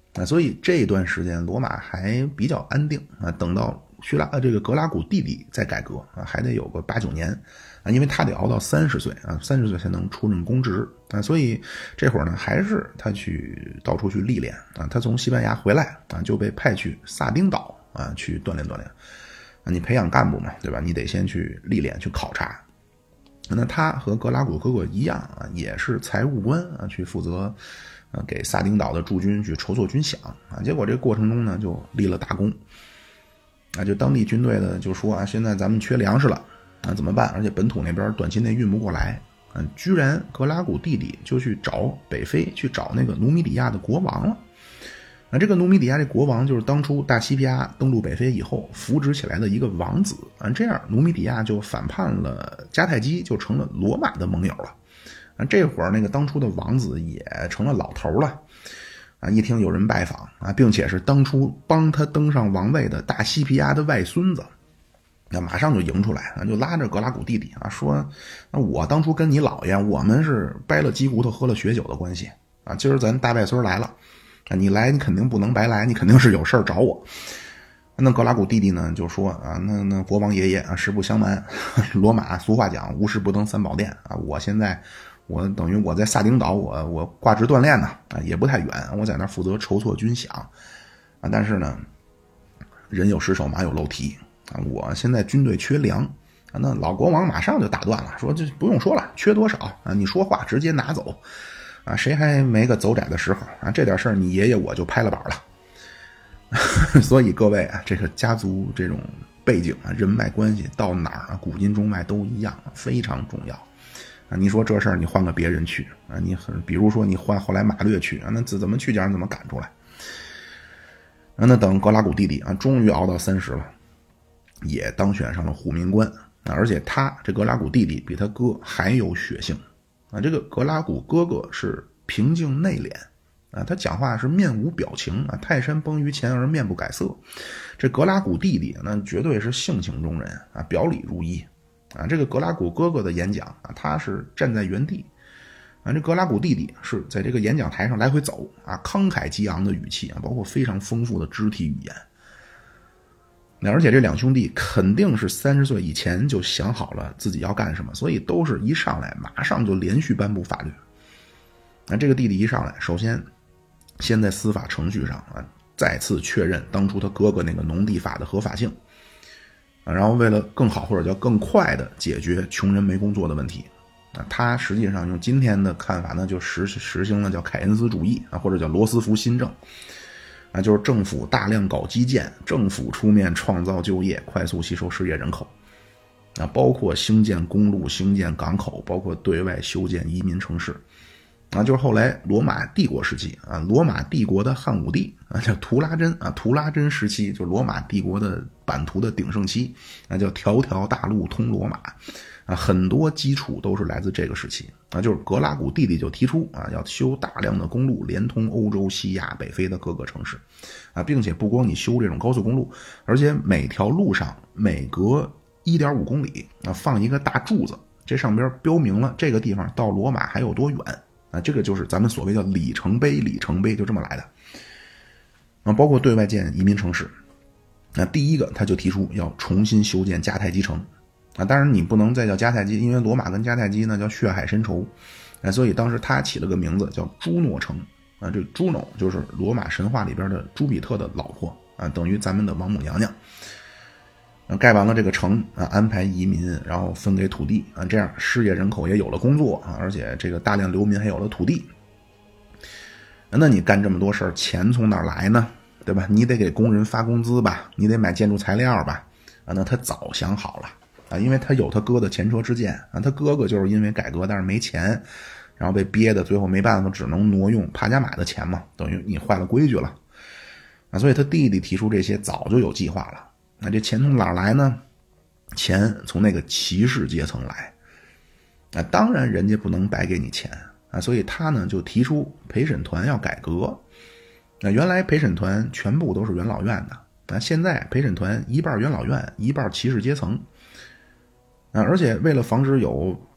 啊，所以这段时间罗马还比较安定啊。等到叙拉呃这个格拉古弟弟再改革啊，还得有个八九年啊，因为他得熬到三十岁啊，三十岁才能出任公职啊。所以这会儿呢，还是他去到处去历练啊。他从西班牙回来啊，就被派去萨丁岛啊去锻炼锻炼啊。你培养干部嘛，对吧？你得先去历练，去考察。那他和格拉古哥哥一样啊，也是财务官啊，去负责啊给萨丁岛的驻军去筹措军饷啊。结果这个过程中呢，就立了大功啊，就当地军队的就说啊，现在咱们缺粮食了啊，怎么办？而且本土那边短期内运不过来啊，居然格拉古弟弟就去找北非，去找那个努米底亚的国王了。那这个努米底亚这国王就是当初大西庇阿登陆北非以后扶植起来的一个王子啊，这样努米底亚就反叛了迦太基，就成了罗马的盟友了啊。这会儿那个当初的王子也成了老头了啊，一听有人拜访啊，并且是当初帮他登上王位的大西庇阿的外孙子，那马上就迎出来啊，就拉着格拉古弟弟啊说，那我当初跟你姥爷我们是掰了鸡骨头喝了血酒的关系啊，今儿咱大外孙来了。你来你肯定不能白来，你肯定是有事儿找我。那格拉古弟弟呢就说啊，那那国王爷爷啊，实不相瞒，罗马俗话讲无事不登三宝殿啊，我现在我等于我在萨丁岛，我我挂职锻炼呢啊，也不太远，我在那儿负责筹措军饷啊，但是呢人有失手马有漏蹄啊，我现在军队缺粮啊。那老国王马上就打断了，说这不用说了，缺多少啊，你说话直接拿走啊，谁还没个走窄的时候啊？这点事儿你爷爷我就拍了板了。所以各位啊，这个家族这种背景啊、人脉关系到哪儿啊，古今中外都一样，非常重要啊。你说这事儿你换个别人去啊，你比如说你换后来马略去啊，那怎么去叫人怎么赶出来啊？那等格拉古弟弟啊，终于熬到三十了，也当选上了虎民官啊，而且他这格拉古弟弟比他哥还有血性。啊，这个格拉古哥哥是平静内敛啊，他讲话是面无表情啊，泰山崩于前而面不改色。这格拉古弟弟那绝对是性情中人啊，表里如一啊。这个格拉古哥哥的演讲啊，他是站在原地啊，这格拉古弟弟是在这个演讲台上来回走啊，慷慨激昂的语气啊，包括非常丰富的肢体语言。那而且这两兄弟肯定是三十岁以前就想好了自己要干什么，所以都是一上来马上就连续颁布法律。那这个弟弟一上来，首先先在司法程序上啊，再次确认当初他哥哥那个农地法的合法性啊，然后为了更好或者叫更快的解决穷人没工作的问题啊，他实际上用今天的看法呢，就实实行了叫凯恩斯主义啊，或者叫罗斯福新政。啊，就是政府大量搞基建，政府出面创造就业，快速吸收失业人口啊，包括兴建公路、兴建港口，包括对外修建移民城市啊，就是后来罗马帝国时期啊，罗马帝国的汉武帝啊，叫图拉真啊，图拉真时期就是罗马帝国的版图的鼎盛期啊，叫条条大路通罗马啊，很多基础都是来自这个时期啊，就是格拉古弟弟就提出啊，要修大量的公路，连通欧洲、西亚、北非的各个城市啊，并且不光你修这种高速公路，而且每条路上每隔 一点五公里啊放一个大柱子，这上边标明了这个地方到罗马还有多远啊，这个就是咱们所谓叫里程碑，里程碑就这么来的啊，包括对外建移民城市。那第一个他就提出要重新修建迦太基城啊，当然你不能再叫迦太基，因为罗马跟迦太基呢叫血海深仇啊，所以当时他起了个名字叫朱诺城啊，这朱诺就是罗马神话里边的朱比特的老婆啊，等于咱们的王母娘娘。啊，盖完了这个城啊，安排移民，然后分给土地啊，这样失业人口也有了工作啊，而且这个大量流民还有了土地。那你干这么多事儿，钱从哪儿来呢？对吧？你得给工人发工资吧，你得买建筑材料吧啊，那他早想好了啊，因为他有他哥的前车之鉴啊，他哥哥就是因为改革但是没钱，然后被憋的最后没办法，只能挪用帕加马的钱嘛，等于你坏了规矩了啊，所以他弟弟提出这些早就有计划了。那这钱从哪儿来呢？钱从那个骑士阶层来啊，当然人家不能白给你钱啊，所以他呢就提出陪审团要改革。那原来陪审团全部都是元老院的，那现在陪审团一半元老院，一半骑士阶层啊，而且为了防止有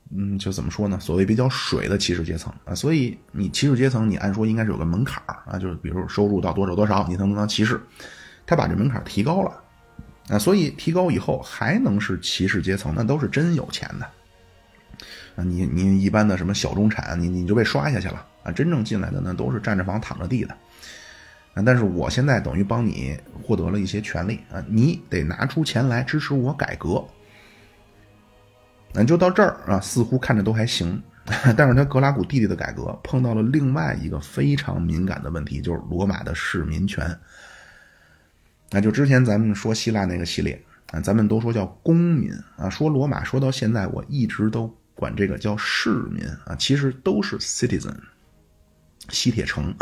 嗯，就怎么说呢？所谓比较水的骑士阶层啊，所以你骑士阶层，你按说应该是有个门槛啊，就是比如收入到多少多少，你才能当骑士。他把这门槛提高了啊，所以提高以后还能是骑士阶层，那都是真有钱的啊。你你一般的什么小中产，你你就被刷下去了啊。真正进来的呢，都是占着房躺着地的啊。但是我现在等于帮你获得了一些权利啊，你得拿出钱来支持我改革。那就到这儿啊，似乎看着都还行，但是他格拉古弟弟的改革碰到了另外一个非常敏感的问题，就是罗马的市民权。那就之前咱们说希腊那个系列啊，咱们都说叫公民啊，说罗马说到现在，我一直都管这个叫市民啊，其实都是 citizen， 西铁城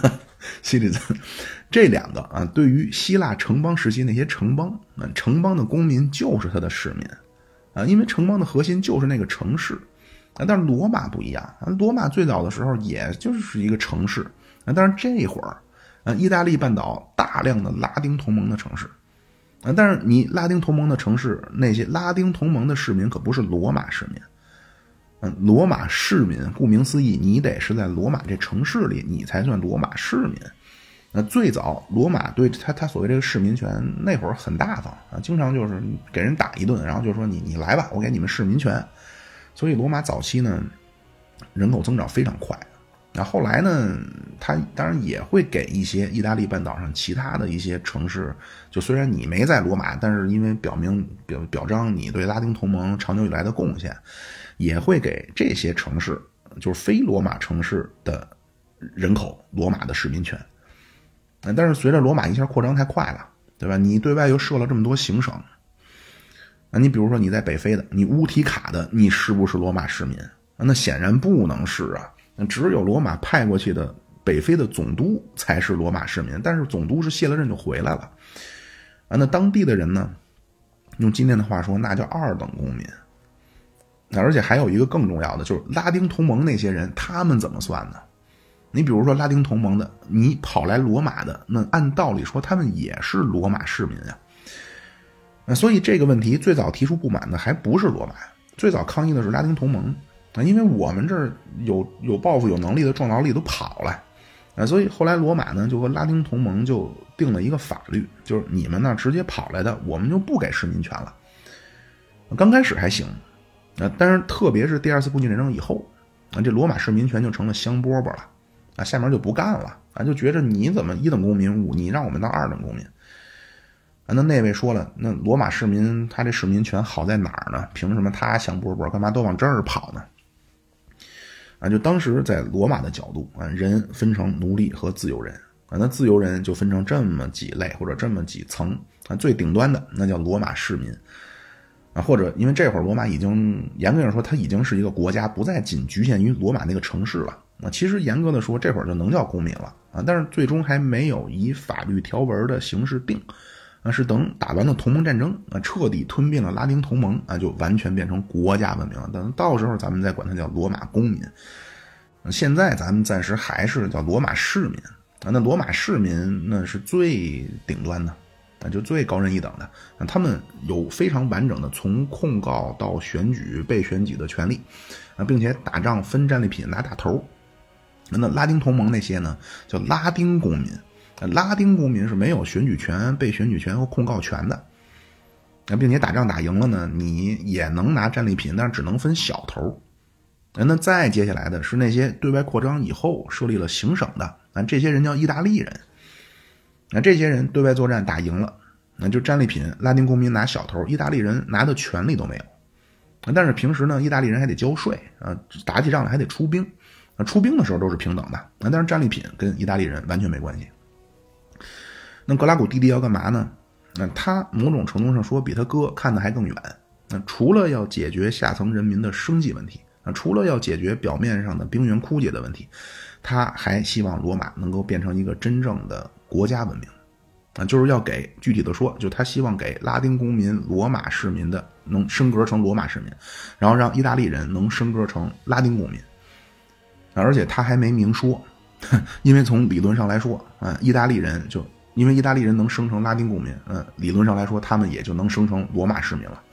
citizen 这两个啊，对于希腊城邦时期那些城邦啊，城邦的公民就是他的市民。啊，因为城邦的核心就是那个城市，啊，但是罗马不一样啊，罗马最早的时候也就是一个城市，啊，但是这会儿，啊，意大利半岛大量的拉丁同盟的城市，啊，但是你拉丁同盟的城市，那些拉丁同盟的市民可不是罗马市民，嗯，罗马市民顾名思义，你得是在罗马这城市里，你才算罗马市民。那最早罗马对他他所谓这个市民权那会儿很大方啊，经常就是给人打一顿，然后就说你你来吧，我给你们市民权。所以罗马早期呢人口增长非常快。那后来呢，他当然也会给一些意大利半岛上其他的一些城市，就虽然你没在罗马，但是因为表明表表彰你对拉丁同盟长久以来的贡献，也会给这些城市，就是非罗马城市的人口罗马的市民权。但是随着罗马一下扩张太快了，对吧？你对外又设了这么多行省，啊，你比如说你在北非的，你乌提卡的，你是不是罗马市民？那显然不能是啊，只有罗马派过去的北非的总督才是罗马市民，但是总督是卸了任就回来了，啊，那当地的人呢，用今天的话说，那叫二等公民。而且还有一个更重要的，就是拉丁同盟那些人，他们怎么算呢？你比如说拉丁同盟的，你跑来罗马的，那按道理说他们也是罗马市民啊。所以这个问题最早提出不满的还不是罗马，最早抗议的是拉丁同盟啊，因为我们这儿有有抱负有能力的壮劳力都跑了啊，所以后来罗马呢就和拉丁同盟就定了一个法律，就是你们呢直接跑来的，我们就不给市民权了。刚开始还行啊，但是特别是第二次布匿战争以后啊，这罗马市民权就成了香饽饽了。啊，下面就不干了啊，就觉着你怎么一等公民，你让我们当二等公民啊？那那位说了，那罗马市民他这市民权好在哪儿呢？凭什么他香饽饽，干嘛都往这儿跑呢？啊，就当时在罗马的角度啊，人分成奴隶和自由人啊，那自由人就分成这么几类或者这么几层啊，最顶端的那叫罗马市民啊，或者因为这会儿罗马已经严格上说，它已经是一个国家，不再仅局限于罗马那个城市了。啊，其实严格的说，这会儿就能叫公民了啊，但是最终还没有以法律条文的形式定，啊，是等打完了同盟战争啊，彻底吞并了拉丁同盟啊，就完全变成国家文明了。等到时候咱们再管它叫罗马公民。现在咱们暂时还是叫罗马市民啊，那罗马市民那是最顶端的啊，就最高人一等的啊，他们有非常完整的从控告到选举被选举的权利啊，并且打仗分战利品拿大头。那拉丁同盟那些呢叫拉丁公民，拉丁公民是没有选举权、被选举权和控告权的，并且打仗打赢了呢，你也能拿战利品，但是只能分小头。那再接下来的是那些对外扩张以后设立了行省的，啊，这些人叫意大利人。那这些人对外作战打赢了，那就战利品，拉丁公民拿小头，意大利人拿的权利都没有。但是平时呢，意大利人还得交税啊，打起仗来还得出兵。出兵的时候都是平等的，但是战利品跟意大利人完全没关系。那格拉古弟弟要干嘛呢？那他某种程度上说比他哥看得还更远。那除了要解决下层人民的生计问题，除了要解决表面上的兵源枯竭的问题，他还希望罗马能够变成一个真正的国家文明啊，就是要给具体的说，就他希望给拉丁公民、罗马市民的能升格成罗马市民，然后让意大利人能升格成拉丁公民。而且他还没明说，因为从理论上来说啊，意大利人就因为意大利人能生成拉丁公民，嗯，理论上来说他们也就能生成罗马市民了。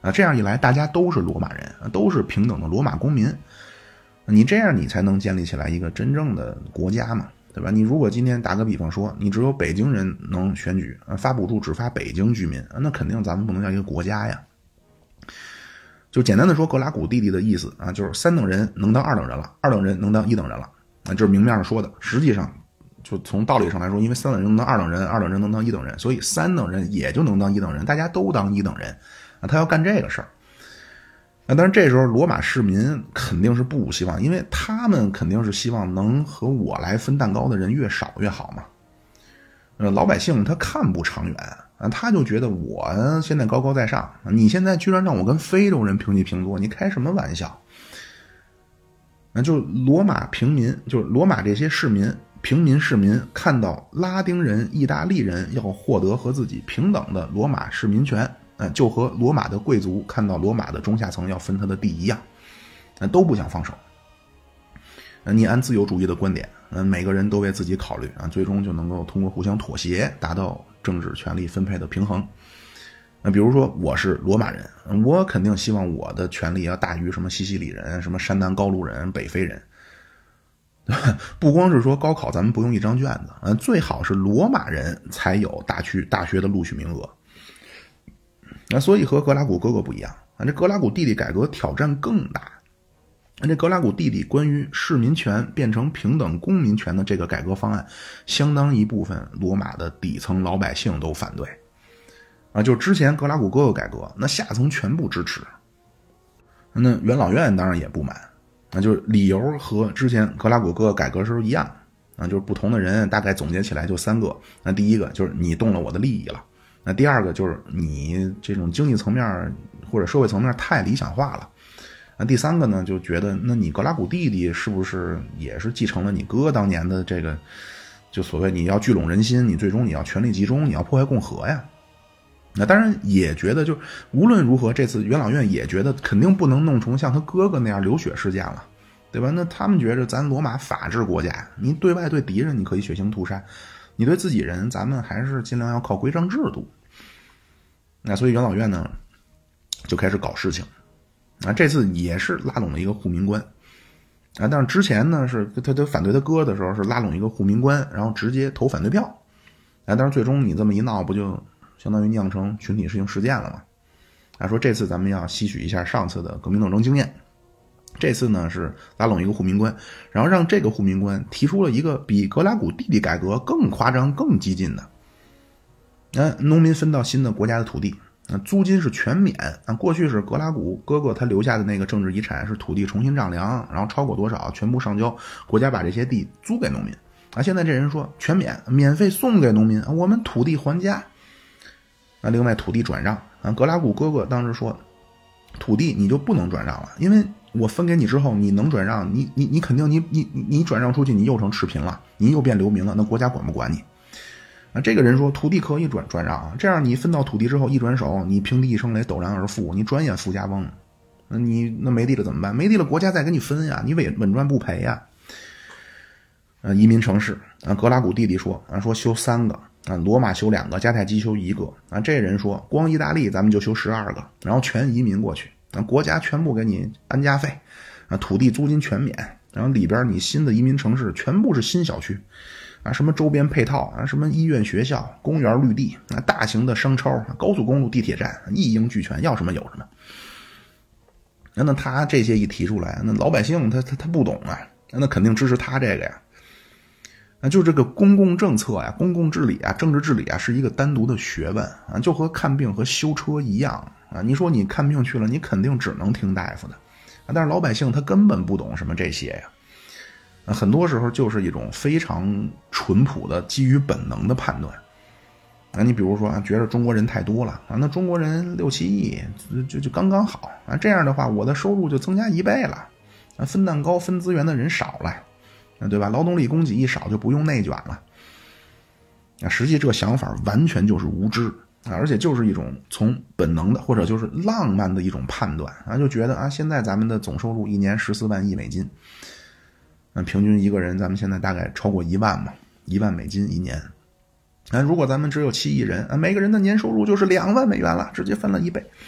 啊，这样一来大家都是罗马人，都是平等的罗马公民，你这样你才能建立起来一个真正的国家嘛，对吧？你如果今天打个比方说，你只有北京人能选举，发补助只发北京居民，那肯定咱们不能叫一个国家呀。就简单的说，格拉古弟弟的意思啊，就是三等人能当二等人了，二等人能当一等人了，啊，这是明面上说的。实际上，就从道理上来说，因为三等人能当二等人，二等人能当一等人，所以三等人也就能当一等人，大家都当一等人啊，他要干这个事儿。那当然，这时候罗马市民肯定是不希望，因为他们肯定是希望能和我来分蛋糕的人越少越好嘛。呃，老百姓他看不长远啊，他就觉得我现在高高在上，你现在居然让我跟非洲人平起平坐，你开什么玩笑？那就罗马平民，就是罗马这些市民、平民市民看到拉丁人、意大利人要获得和自己平等的罗马市民权。就和罗马的贵族看到罗马的中下层要分他的地一样，都不想放手。你按自由主义的观点，每个人都为自己考虑啊，最终就能够通过互相妥协达到政治权力分配的平衡。比如说我是罗马人，我肯定希望我的权利要大于什么西西里人、什么山南高卢人、北非人。不光是说高考咱们不用一张卷子，最好是罗马人才有大区大学的录取名额。那所以和格拉古哥哥不一样啊，这格拉古弟弟改革挑战更大。这格拉古弟弟关于市民权变成平等公民权的这个改革方案，相当一部分罗马的底层老百姓都反对啊。就之前格拉古哥哥改革，那下层全部支持。那元老院当然也不满，那就是理由和之前格拉古哥哥改革时候一样啊，就是不同的人大概总结起来就三个。那第一个就是你动了我的利益了。那第二个就是你这种经济层面或者社会层面太理想化了。那第三个呢，就觉得那你格拉古弟弟是不是也是继承了你哥当年的这个，就所谓你要聚拢人心，你最终你要权力集中，你要破坏共和呀。那当然也觉得就无论如何，这次元老院也觉得肯定不能弄成像他哥哥那样流血事件了，对吧？那他们觉着咱罗马法治国家，你对外对敌人你可以血腥屠杀，你对自己人咱们还是尽量要靠规章制度。那所以元老院呢就开始搞事情啊，这次也是拉拢了一个护民官啊，但是之前呢是他他反对他哥的时候是拉拢一个护民官，然后直接投反对票啊，但是最终你这么一闹，不就相当于酿成群体性事件了吗？啊，说这次咱们要吸取一下上次的革命斗争经验，这次呢是拉拢一个护民官，然后让这个护民官提出了一个比格拉古弟弟改革更夸张更激进的。那农民分到新的国家的土地，租金是全免啊。过去是格拉古哥哥他留下的那个政治遗产是土地重新丈量，然后超过多少全部上交，国家把这些地租给农民啊。现在这人说全免，免费送给农民，我们土地还家。啊，另外土地转让啊，格拉古哥哥当时说，土地你就不能转让了，因为我分给你之后，你能转让，你你你肯定你你你转让出去，你又成赤贫了，你又变流民了，那国家管不管你？啊，这个人说土地可以转转让，这样你分到土地之后一转手，你平地一声雷，陡然而富，你转眼富家翁。那你那没地了怎么办？没地了，国家再给你分呀，你稳稳赚不赔呀。呃，移民城市啊，格拉古弟弟说啊，说修三个啊，罗马修两个，迦太基修一个啊。这人说光意大利咱们就修十二个，然后全移民过去啊，国家全部给你安家费啊，土地租金全免，然后里边你新的移民城市全部是新小区。啊，什么周边配套啊，什么医院、学校、公园、绿地啊，大型的商超、高速公路、地铁站，一应俱全，要什么有什么。那他这些一提出来，那老百姓他他他不懂啊，那肯定支持他这个呀。啊，就这个公共政策呀、公共治理啊、政治治理啊，是一个单独的学问啊，就和看病和修车一样啊。你说你看病去了，你肯定只能听大夫的啊，但是老百姓他根本不懂什么这些呀。很多时候就是一种非常淳朴的基于本能的判断啊，你比如说啊，觉得中国人太多了啊，那中国人六七亿就就刚刚好啊，这样的话我的收入就增加一倍了啊，分蛋糕分资源的人少了啊，对吧？劳动力供给一少就不用内卷了啊，实际这想法完全就是无知啊，而且就是一种从本能的或者就是浪漫的一种判断啊，就觉得啊，现在咱们的总收入一年十四万亿美金。那平均一个人咱们现在大概超过一万嘛，一万美金一年。那如果咱们只有七亿人啊，每个人的年收入就是两万美元了，直接翻了一倍。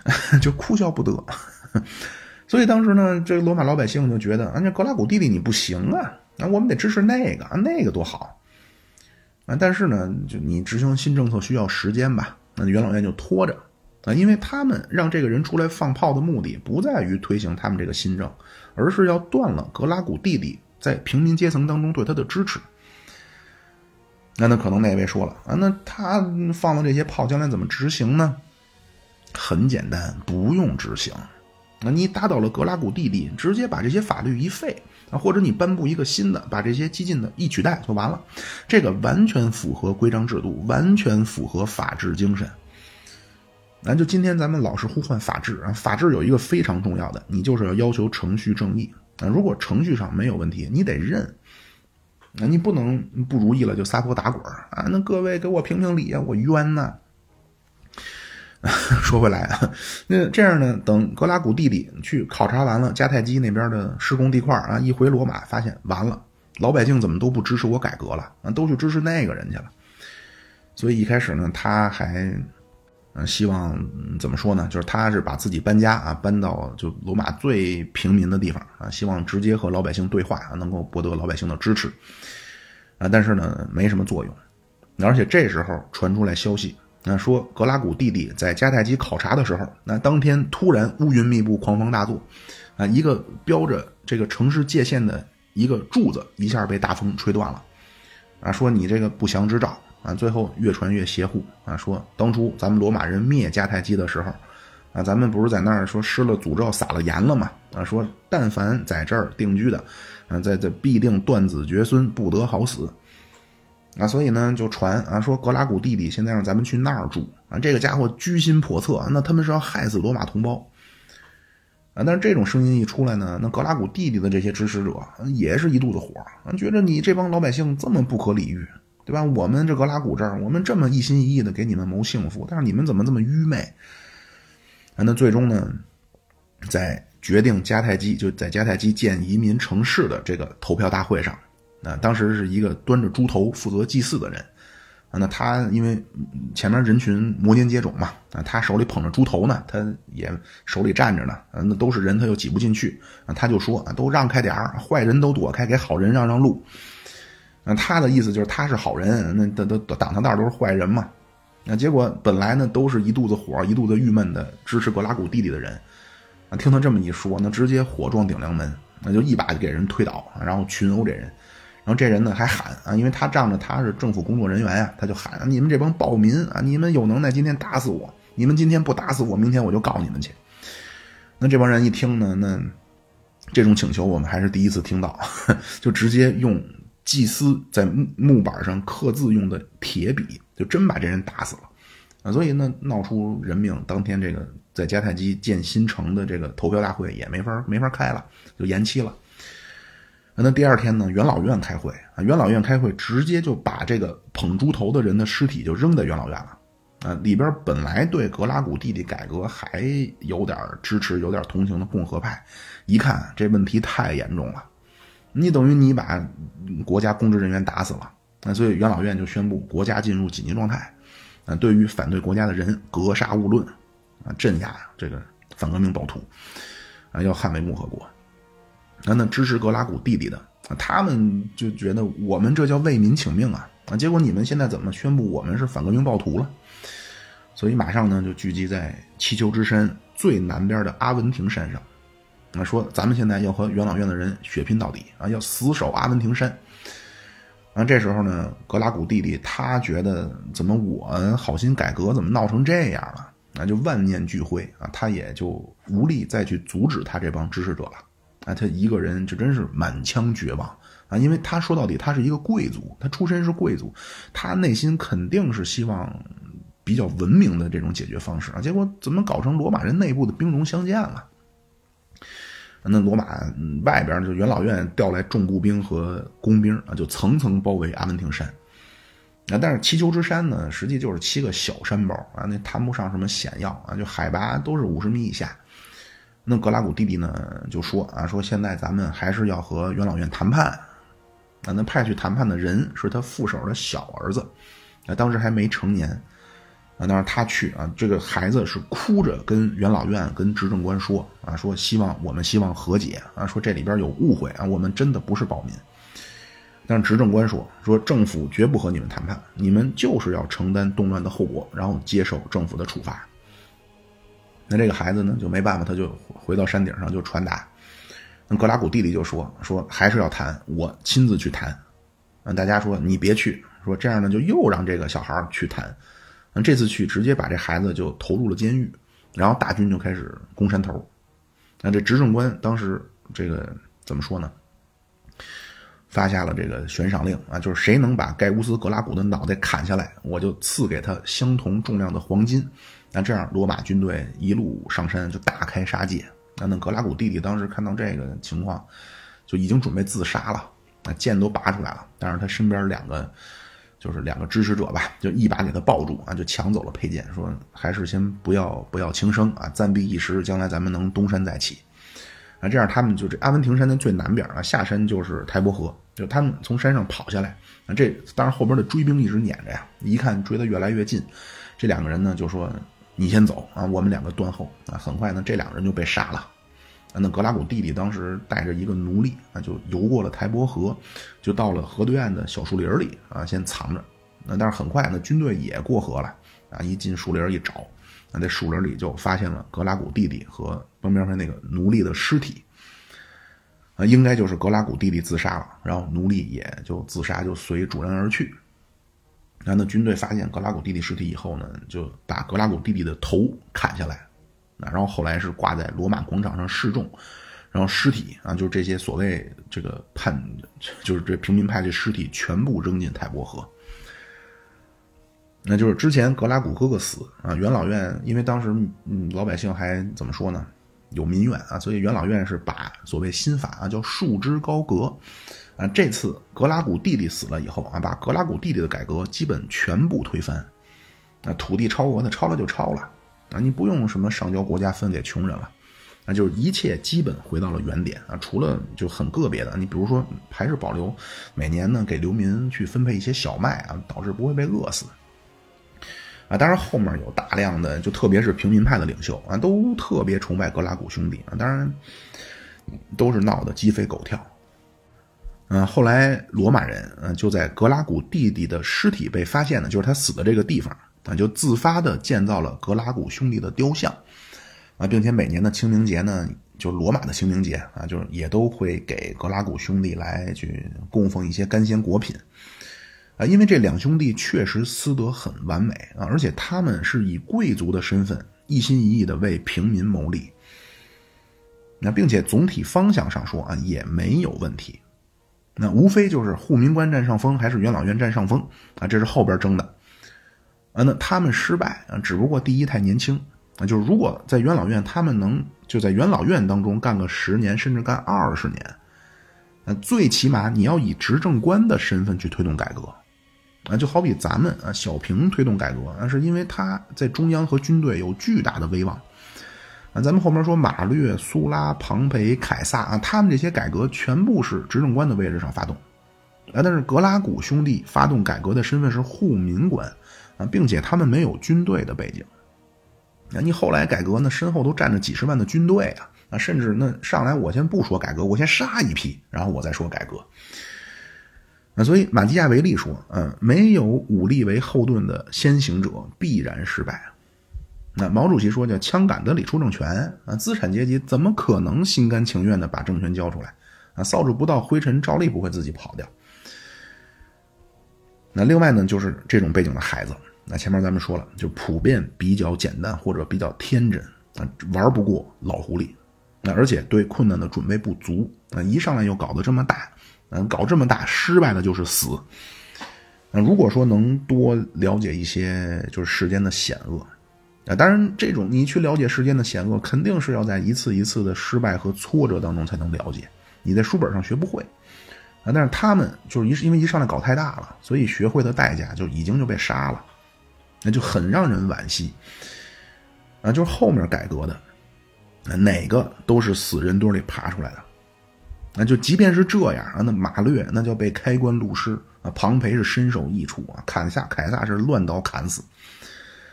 就哭笑不得。所以当时呢，这个罗马老百姓就觉得啊，这格拉古弟弟你不行啊，啊，我们得支持那个，啊，那个多好啊。但是呢，就你执行新政策需要时间吧，那元老院就拖着啊，因为他们让这个人出来放炮的目的不在于推行他们这个新政，而是要断了格拉古弟弟在平民阶层当中对他的支持。那那可能那位说了啊，那他放了这些炮，将来怎么执行呢？很简单，不用执行。那你打倒了格拉古弟弟，直接把这些法律一废啊，或者你颁布一个新的，把这些激进的一取代就完了。这个完全符合规章制度，完全符合法治精神。那就今天咱们老是呼唤法治啊，法治有一个非常重要的，你就是要要求程序正义啊。如果程序上没有问题，你得认。啊，你不能不如意了就撒泼打滚啊！那各位给我评评理啊，我冤呐！说回来啊，那这样呢，等格拉古弟弟去考察完了迦太基那边的施工地块啊，一回罗马发现完了，老百姓怎么都不支持我改革了啊，都去支持那个人去了。所以一开始呢，他还嗯希望、嗯、怎么说呢？就是他是把自己搬家啊，搬到就罗马最平民的地方啊，希望直接和老百姓对话啊，能够博得老百姓的支持啊。但是呢，没什么作用。而且这时候传出来消息。那说格拉古弟弟在迦太基考察的时候，那当天突然乌云密布，狂风大作，啊，一个标着这个城市界限的一个柱子一下被大风吹断了，啊，说你这个不祥之兆啊，最后越传越邪乎啊，说当初咱们罗马人灭迦太基的时候，啊，咱们不是在那儿说施了诅咒撒了盐了吗？啊，说但凡在这儿定居的，啊，在这必定断子绝孙，不得好死。啊，所以呢，就传啊，说格拉古弟弟现在让咱们去那儿住啊，这个家伙居心叵测，那他们是要害死罗马同胞啊。但是这种声音一出来呢，那格拉古弟弟的这些支持者也是一肚子火啊，觉得你这帮老百姓这么不可理喻，对吧？我们这格拉古这儿，我们这么一心一意的给你们谋幸福，但是你们怎么这么愚昧啊？那最终呢，在决定迦太基就在迦太基建移民城市的这个投票大会上。啊，当时是一个端着猪头负责祭祀的人，啊，那他因为前面人群摩肩接踵嘛，啊，他手里捧着猪头呢，他也手里站着呢，啊，那都是人，他又挤不进去，啊，他就说啊，都让开点儿，坏人都躲开，给好人让让路。啊，他的意思就是他是好人，那都都挡他道都是坏人嘛。啊，结果本来呢都是一肚子火、一肚子郁闷的支持格拉古弟弟的人，啊，听他这么一说，那直接火撞顶梁门，那就一把就给人推倒，然后群殴这人。然后这人呢还喊啊，因为他仗着他是政府工作人员呀、啊，他就喊、啊、你们这帮暴民啊，你们有能耐今天打死我，你们今天不打死我，明天我就告你们去。那这帮人一听呢，那这种请求我们还是第一次听到，就直接用祭司在木板上刻字用的铁笔，就真把这人打死了啊！所以呢，闹出人命。当天这个在迦太基建新城的这个投票大会也没法没法开了，就延期了。那第二天呢，元老院开会啊，元老院开会直接就把这个捧猪头的人的尸体就扔在元老院了啊。里边本来对格拉古弟弟改革还有点支持、有点同情的共和派，一看这问题太严重了，你等于你把国家公职人员打死了啊，所以元老院就宣布国家进入紧急状态啊，对于反对国家的人格杀勿论啊，镇压这个反革命暴徒啊，要捍卫共和国。那那支持格拉古弟弟的，他们就觉得我们这叫为民请命啊啊！结果你们现在怎么宣布我们是反革命暴徒了？所以马上呢就聚集在祈求之山最南边的阿文廷山上，啊，说咱们现在要和元老院的人血拼到底啊，要死守阿文廷山。啊，这时候呢，格拉古弟弟他觉得怎么我好心改革怎么闹成这样了？啊，就万念俱灰啊，他也就无力再去阻止他这帮支持者了。啊，他一个人就真是满腔绝望啊！因为他说到底，他是一个贵族，他出身是贵族，他内心肯定是希望比较文明的这种解决方式啊。结果怎么搞成罗马人内部的兵戎相见了？那罗马外边就元老院调来重步兵和工兵啊，就层层包围阿文廷山。啊，但是祈求之山呢，实际就是七个小山包啊，那谈不上什么险要啊，就海拔都是五十米以下。那格拉古弟弟呢就说啊，说现在咱们还是要和元老院谈判啊。那派去谈判的人是他副手的小儿子啊，当时还没成年啊，当然他去啊，这个孩子是哭着跟元老院跟执政官说啊，说希望我们希望和解啊，说这里边有误会啊，我们真的不是暴民。但是执政官说说政府绝不和你们谈判，你们就是要承担动乱的后果，然后接受政府的处罚。那这个孩子呢就没办法，他就回到山顶上就传达。那格拉古弟弟就说说还是要谈，我亲自去谈。啊，大家说你别去，说这样呢就又让这个小孩去谈。那这次去直接把这孩子就投入了监狱，然后大军就开始攻山头。那这执政官当时这个怎么说呢？发下了这个悬赏令啊，就是谁能把盖乌斯·格拉古的脑袋砍下来，我就赐给他相同重量的黄金。那这样罗马军队一路上山就大开杀戒。那那格拉古弟弟当时看到这个情况，就已经准备自杀了，那剑都拔出来了，但是他身边两个就是两个支持者吧，就一把给他抱住啊，就抢走了佩剑，说还是先不要不要轻生啊，暂避一时，将来咱们能东山再起。啊，这样他们就这阿文廷山的最南边啊，下山就是台伯河，就他们从山上跑下来。啊，这当然后边的追兵一直撵着呀，一看追得越来越近，这两个人呢就说你先走啊，我们两个断后啊。很快呢，这两个人就被杀了。啊，那格拉古弟弟当时带着一个奴隶啊，就游过了台伯河，就到了河对岸的小树林里啊，先藏着。那但是很快呢，军队也过河了啊，一进树林一找。那在树林里就发现了格拉古弟弟和旁边那个奴隶的尸体，啊，应该就是格拉古弟弟自杀了，然后奴隶也就自杀，就随主人而去。然后呢，军队发现格拉古弟弟尸体以后呢，就把格拉古弟弟的头砍下来，啊，然后后来是挂在罗马广场上示众，然后尸体啊，就是这些所谓这个叛，就是这平民派这尸体全部扔进台伯河。那就是之前格拉古哥哥死啊，元老院因为当时嗯老百姓还怎么说呢，有民怨啊，所以元老院是把所谓新法啊叫束之高阁啊。这次格拉古弟弟死了以后啊，把格拉古弟弟的改革基本全部推翻。啊，土地超额的超了就超了啊，你不用什么上交国家分给穷人了，那就是一切基本回到了原点啊，除了就很个别的，你比如说还是保留每年呢给流民去分配一些小麦啊，导致不会被饿死。啊，当然后面有大量的就特别是平民派的领袖啊，都特别崇拜格拉古兄弟啊，当然都是闹得鸡飞狗跳。嗯，后来罗马人嗯就在格拉古弟弟的尸体被发现的，就是他死的这个地方啊，就自发的建造了格拉古兄弟的雕像啊，并且每年的清明节呢，就罗马的清明节啊，就是也都会给格拉古兄弟来去供奉一些干鲜果品。啊，因为这两兄弟确实私德很完美啊，而且他们是以贵族的身份一心一意的为平民谋利。那并且总体方向上说啊，也没有问题。那无非就是护民官占上风还是元老院占上风啊，这是后边争的。啊，那他们失败啊，只不过第一太年轻啊，就是如果在元老院，他们能就在元老院当中干个十年，甚至干二十年，啊，最起码你要以执政官的身份去推动改革。啊，就好比咱们啊，小平推动改革，那是因为他在中央和军队有巨大的威望。啊，咱们后面说马略、苏拉、庞培、凯撒啊，他们这些改革全部是执政官的位置上发动。啊，但是格拉古兄弟发动改革的身份是护民官啊，并且他们没有军队的背景。啊，你后来改革呢，身后都站着几十万的军队啊，啊，甚至那上来我先不说改革，我先杀一批，然后我再说改革。那所以马基亚维利说，嗯，没有武力为后盾的先行者必然失败。那毛主席说叫枪杆子里出政权啊，资产阶级怎么可能心甘情愿的把政权交出来啊？扫帚不到灰尘，照例不会自己跑掉。那另外呢，就是这种背景的孩子，那前面咱们说了，就普遍比较简单或者比较天真啊，玩不过老狐狸，那而且对困难的准备不足啊，一上来又搞得这么大。嗯，搞这么大，失败的就是死。那如果说能多了解一些就是世间的险恶，啊，当然这种你去了解世间的险恶，肯定是要在一次一次的失败和挫折当中才能了解，你在书本上学不会。啊，但是他们就是一因为一上来搞太大了，所以学会的代价就已经就被杀了，那就很让人惋惜。啊，就是后面改革的，哪个都是死人堆里爬出来的。那就即便是这样啊，那马略那叫被开棺录尸啊，庞培是身首异处啊，砍下凯撒是乱刀砍死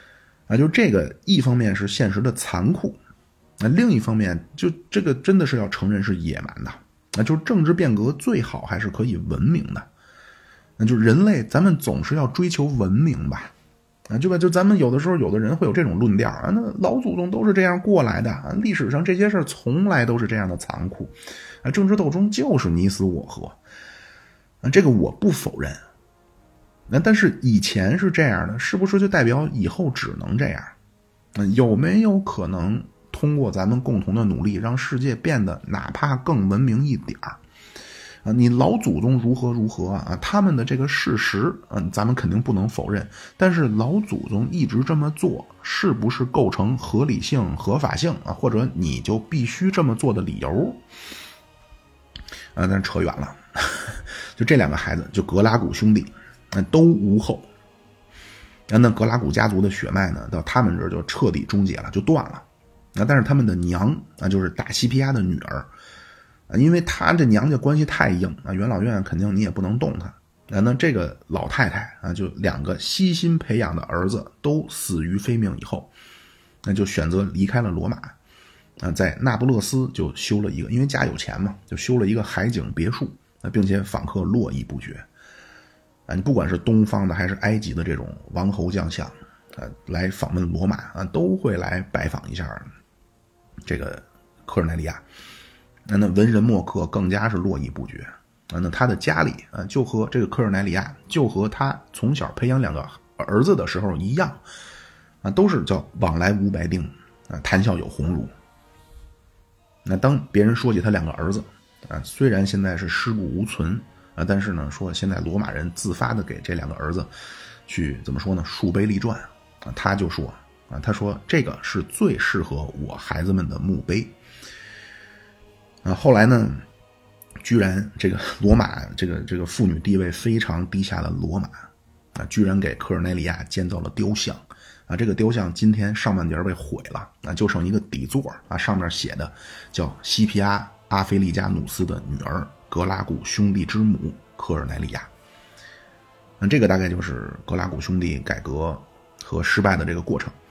啊，就这个一方面是现实的残酷，那另一方面就这个真的是要承认是野蛮的。啊，就是政治变革最好还是可以文明的。那就人类咱们总是要追求文明吧。啊，就吧，就咱们有的时候有的人会有这种论调啊，那老祖宗都是这样过来的啊，历史上这些事儿从来都是这样的残酷啊，政治斗争就是你死我活啊，这个我不否认。那但是以前是这样的，是不是就代表以后只能这样？嗯，有没有可能通过咱们共同的努力，让世界变得哪怕更文明一点儿？啊，你老祖宗如何如何啊？他们的这个事实，嗯，咱们肯定不能否认。但是老祖宗一直这么做，是不是构成合理性、合法性啊？或者你就必须这么做的理由？啊，但是扯远了。就这两个孩子，就格拉古兄弟，那都无后。那格拉古家族的血脉呢，到他们这儿就彻底终结了，就断了。啊，但是他们的娘啊，就是大西皮亚的女儿啊，因为她这娘家关系太硬啊，元老院肯定你也不能动她啊。那这个老太太啊，就两个悉心培养的儿子都死于非命以后，那就选择离开了罗马啊，在那不勒斯就修了一个，因为家有钱嘛，就修了一个海景别墅啊，并且访客络绎不绝啊。你不管是东方的还是埃及的这种王侯将相啊，来访问罗马啊，都会来拜访一下这个科尔奈利亚。那那文人墨客更加是络绎不绝啊。那他的家里啊，就和这个科尔奈利亚就和他从小培养两个儿子的时候一样啊，都是叫往来无白丁啊，谈笑有鸿儒。那当别人说起他两个儿子啊，虽然现在是尸骨无存啊，但是呢，说现在罗马人自发的给这两个儿子去怎么说呢，树碑立传啊，他就说啊，他说这个是最适合我孩子们的墓碑啊。后来呢，居然这个罗马这个这个妇女地位非常低下的罗马啊，居然给科尔奈利亚建造了雕像啊。这个雕像今天上半截被毁了啊，就剩一个底座啊，上面写的叫西皮阿阿菲利加努斯的女儿格拉古兄弟之母科尔奈利亚。那这个大概就是格拉古兄弟改革和失败的这个过程。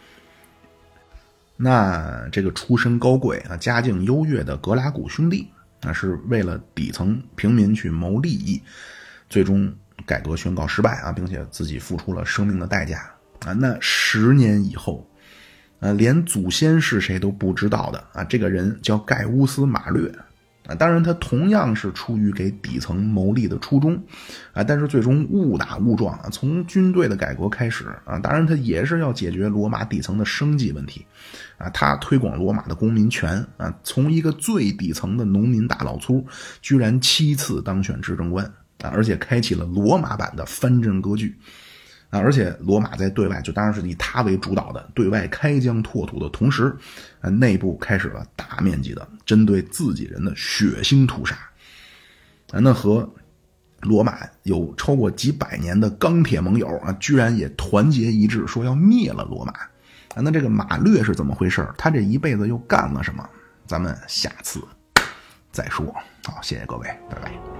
那这个出身高贵啊、家境优越的格拉古兄弟啊，是为了底层平民去谋利益，最终改革宣告失败啊，并且自己付出了生命的代价啊。那十年以后啊，连祖先是谁都不知道的啊，这个人叫盖乌斯·马略啊，当然他同样是出于给底层谋利的初衷啊，但是最终误打误撞啊，从军队的改革开始啊，当然他也是要解决罗马底层的生计问题啊，他推广罗马的公民权啊，从一个最底层的农民大老粗，居然七次当选执政官啊，而且开启了罗马版的藩镇割据啊，而且罗马在对外就当然是以他为主导的对外开疆拓土的同时啊，内部开始了大面积的针对自己人的血腥屠杀啊。那和罗马有超过几百年的钢铁盟友啊，居然也团结一致说要灭了罗马啊。那这个马略是怎么回事？他这一辈子又干了什么？咱们下次再说。好，谢谢各位，拜拜。